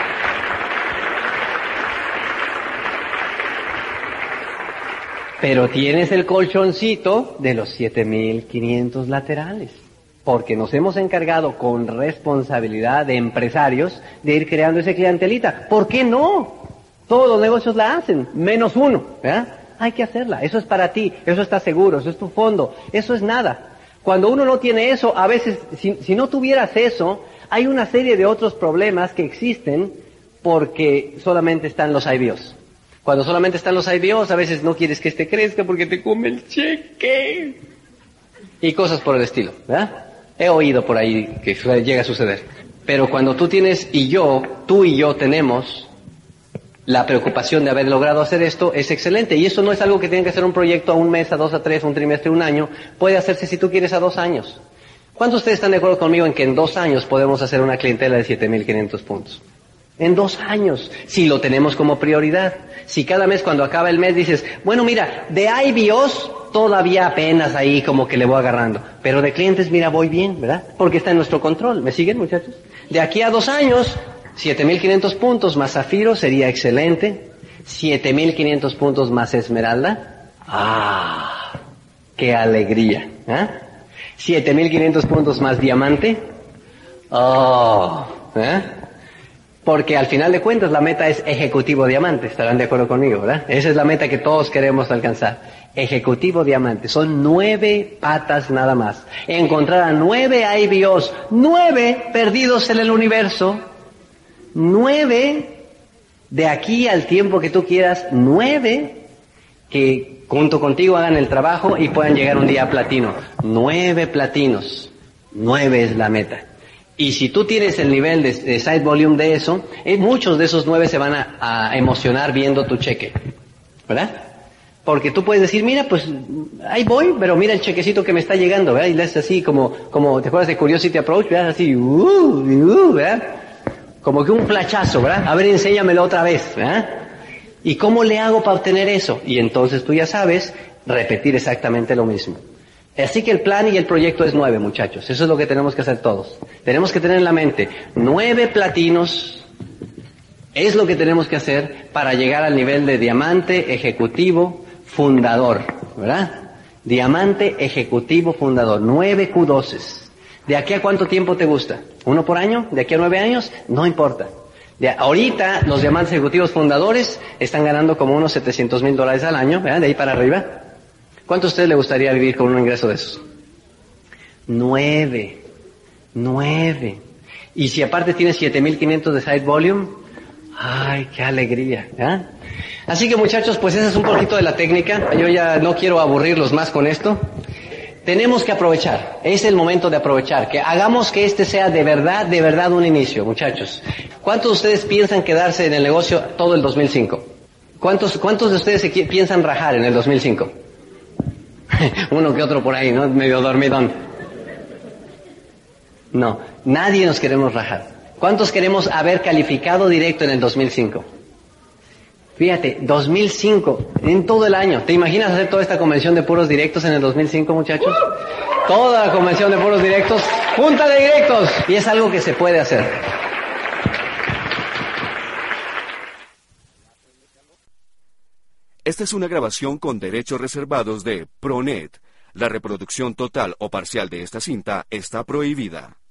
Pero tienes el colchoncito de los siete mil quinientos laterales, porque nos hemos encargado con responsabilidad de empresarios de ir creando ese clientelita. ¿Por qué no? Todos los negocios la hacen, menos uno, ¿verdad? Hay que hacerla, eso es para ti, eso está seguro, eso es tu fondo, eso es nada. Cuando uno no tiene eso, a veces, si, si no tuvieras eso, hay una serie de otros problemas que existen porque solamente están los I B Os. Cuando solamente están los I B Os, a veces no quieres que este crezca porque te come el cheque. Y cosas por el estilo, ¿verdad? He oído por ahí que llega a suceder. Pero cuando tú tienes, y yo, tú y yo tenemos la preocupación de haber logrado hacer esto, es excelente. Y eso no es algo que tiene que hacer un proyecto a un mes, a dos, a tres, un trimestre, un año. Puede hacerse si tú quieres a dos años. ¿Cuántos de ustedes están de acuerdo conmigo en que en dos años podemos hacer una clientela de siete mil quinientos puntos? En dos años, si lo tenemos como prioridad. Si cada mes cuando acaba el mes dices, bueno mira, de I B Os todavía apenas ahí como que le voy agarrando. Pero de clientes, mira, voy bien, ¿verdad? Porque está en nuestro control. ¿Me siguen, muchachos? De aquí a dos años, siete mil quinientos puntos más Zafiro sería excelente. siete mil quinientos puntos más Esmeralda. ¡Ah! ¡Qué alegría! ¿Eh? siete mil quinientos puntos más Diamante. ¡Oh! ¿Eh? Porque al final de cuentas la meta es Ejecutivo Diamante, estarán de acuerdo conmigo, ¿verdad? Esa es la meta que todos queremos alcanzar. Ejecutivo Diamante, son nueve patas nada más. Encontrar a nueve I B Os, nueve perdidos en el universo, nueve de aquí al tiempo que tú quieras, nueve que junto contigo hagan el trabajo y puedan llegar un día a platino. Nueve platinos, nueve es la meta. Y si tú tienes el nivel de, de side volume de eso, eh, muchos de esos nueve se van a, a emocionar viendo tu cheque, ¿verdad? Porque tú puedes decir, mira, pues ahí voy, pero mira el chequecito que me está llegando, ¿verdad? Y le haces así como, como, ¿te acuerdas de Curiosity Approach? ¿Verdad? Así, uh, uh, ¿verdad? Como que un flachazo, ¿verdad? A ver, enséñamelo otra vez, ¿verdad? ¿Y cómo le hago para obtener eso? Y entonces tú ya sabes repetir exactamente lo mismo. Así que el plan y el proyecto es nueve, muchachos. Eso es lo que tenemos que hacer todos. Tenemos que tener en la mente nueve platinos. Es lo que tenemos que hacer para llegar al nivel de diamante ejecutivo fundador, ¿verdad? Diamante ejecutivo fundador. Nueve Q doce. ¿De aquí a cuánto tiempo te gusta? ¿Uno por año? ¿De aquí a nueve años? No importa. De ahorita los diamantes ejecutivos fundadores están ganando como unos setecientos mil dólares al año, ¿verdad? De ahí para arriba. ¿Cuánto a ustedes les gustaría vivir con un ingreso de esos? Nueve. Nueve. Y si aparte tienes siete mil quinientos de side volume, ¡ay, qué alegría! ¿eh? Así que muchachos, pues esa es un poquito de la técnica. Yo ya no quiero aburrirlos más con esto. Tenemos que aprovechar. Es el momento de aprovechar. Que hagamos que este sea de verdad, de verdad un inicio, muchachos. ¿Cuántos de ustedes piensan quedarse en el negocio todo el dos mil cinco? ¿Cuántos, cuántos de ustedes se piensan rajar en el dos mil cinco? Uno que otro por ahí, ¿no? Medio dormidón. No, nadie nos queremos rajar. ¿Cuántos queremos haber calificado directo en el dos mil cinco? Fíjate, dos mil cinco, en todo el año. ¿Te imaginas hacer toda esta convención de puros directos en el dos mil cinco, muchachos? Toda la convención de puros directos, junta de directos. Y es algo que se puede hacer. Esta es una grabación con derechos reservados de ProNet. La reproducción total o parcial de esta cinta está prohibida.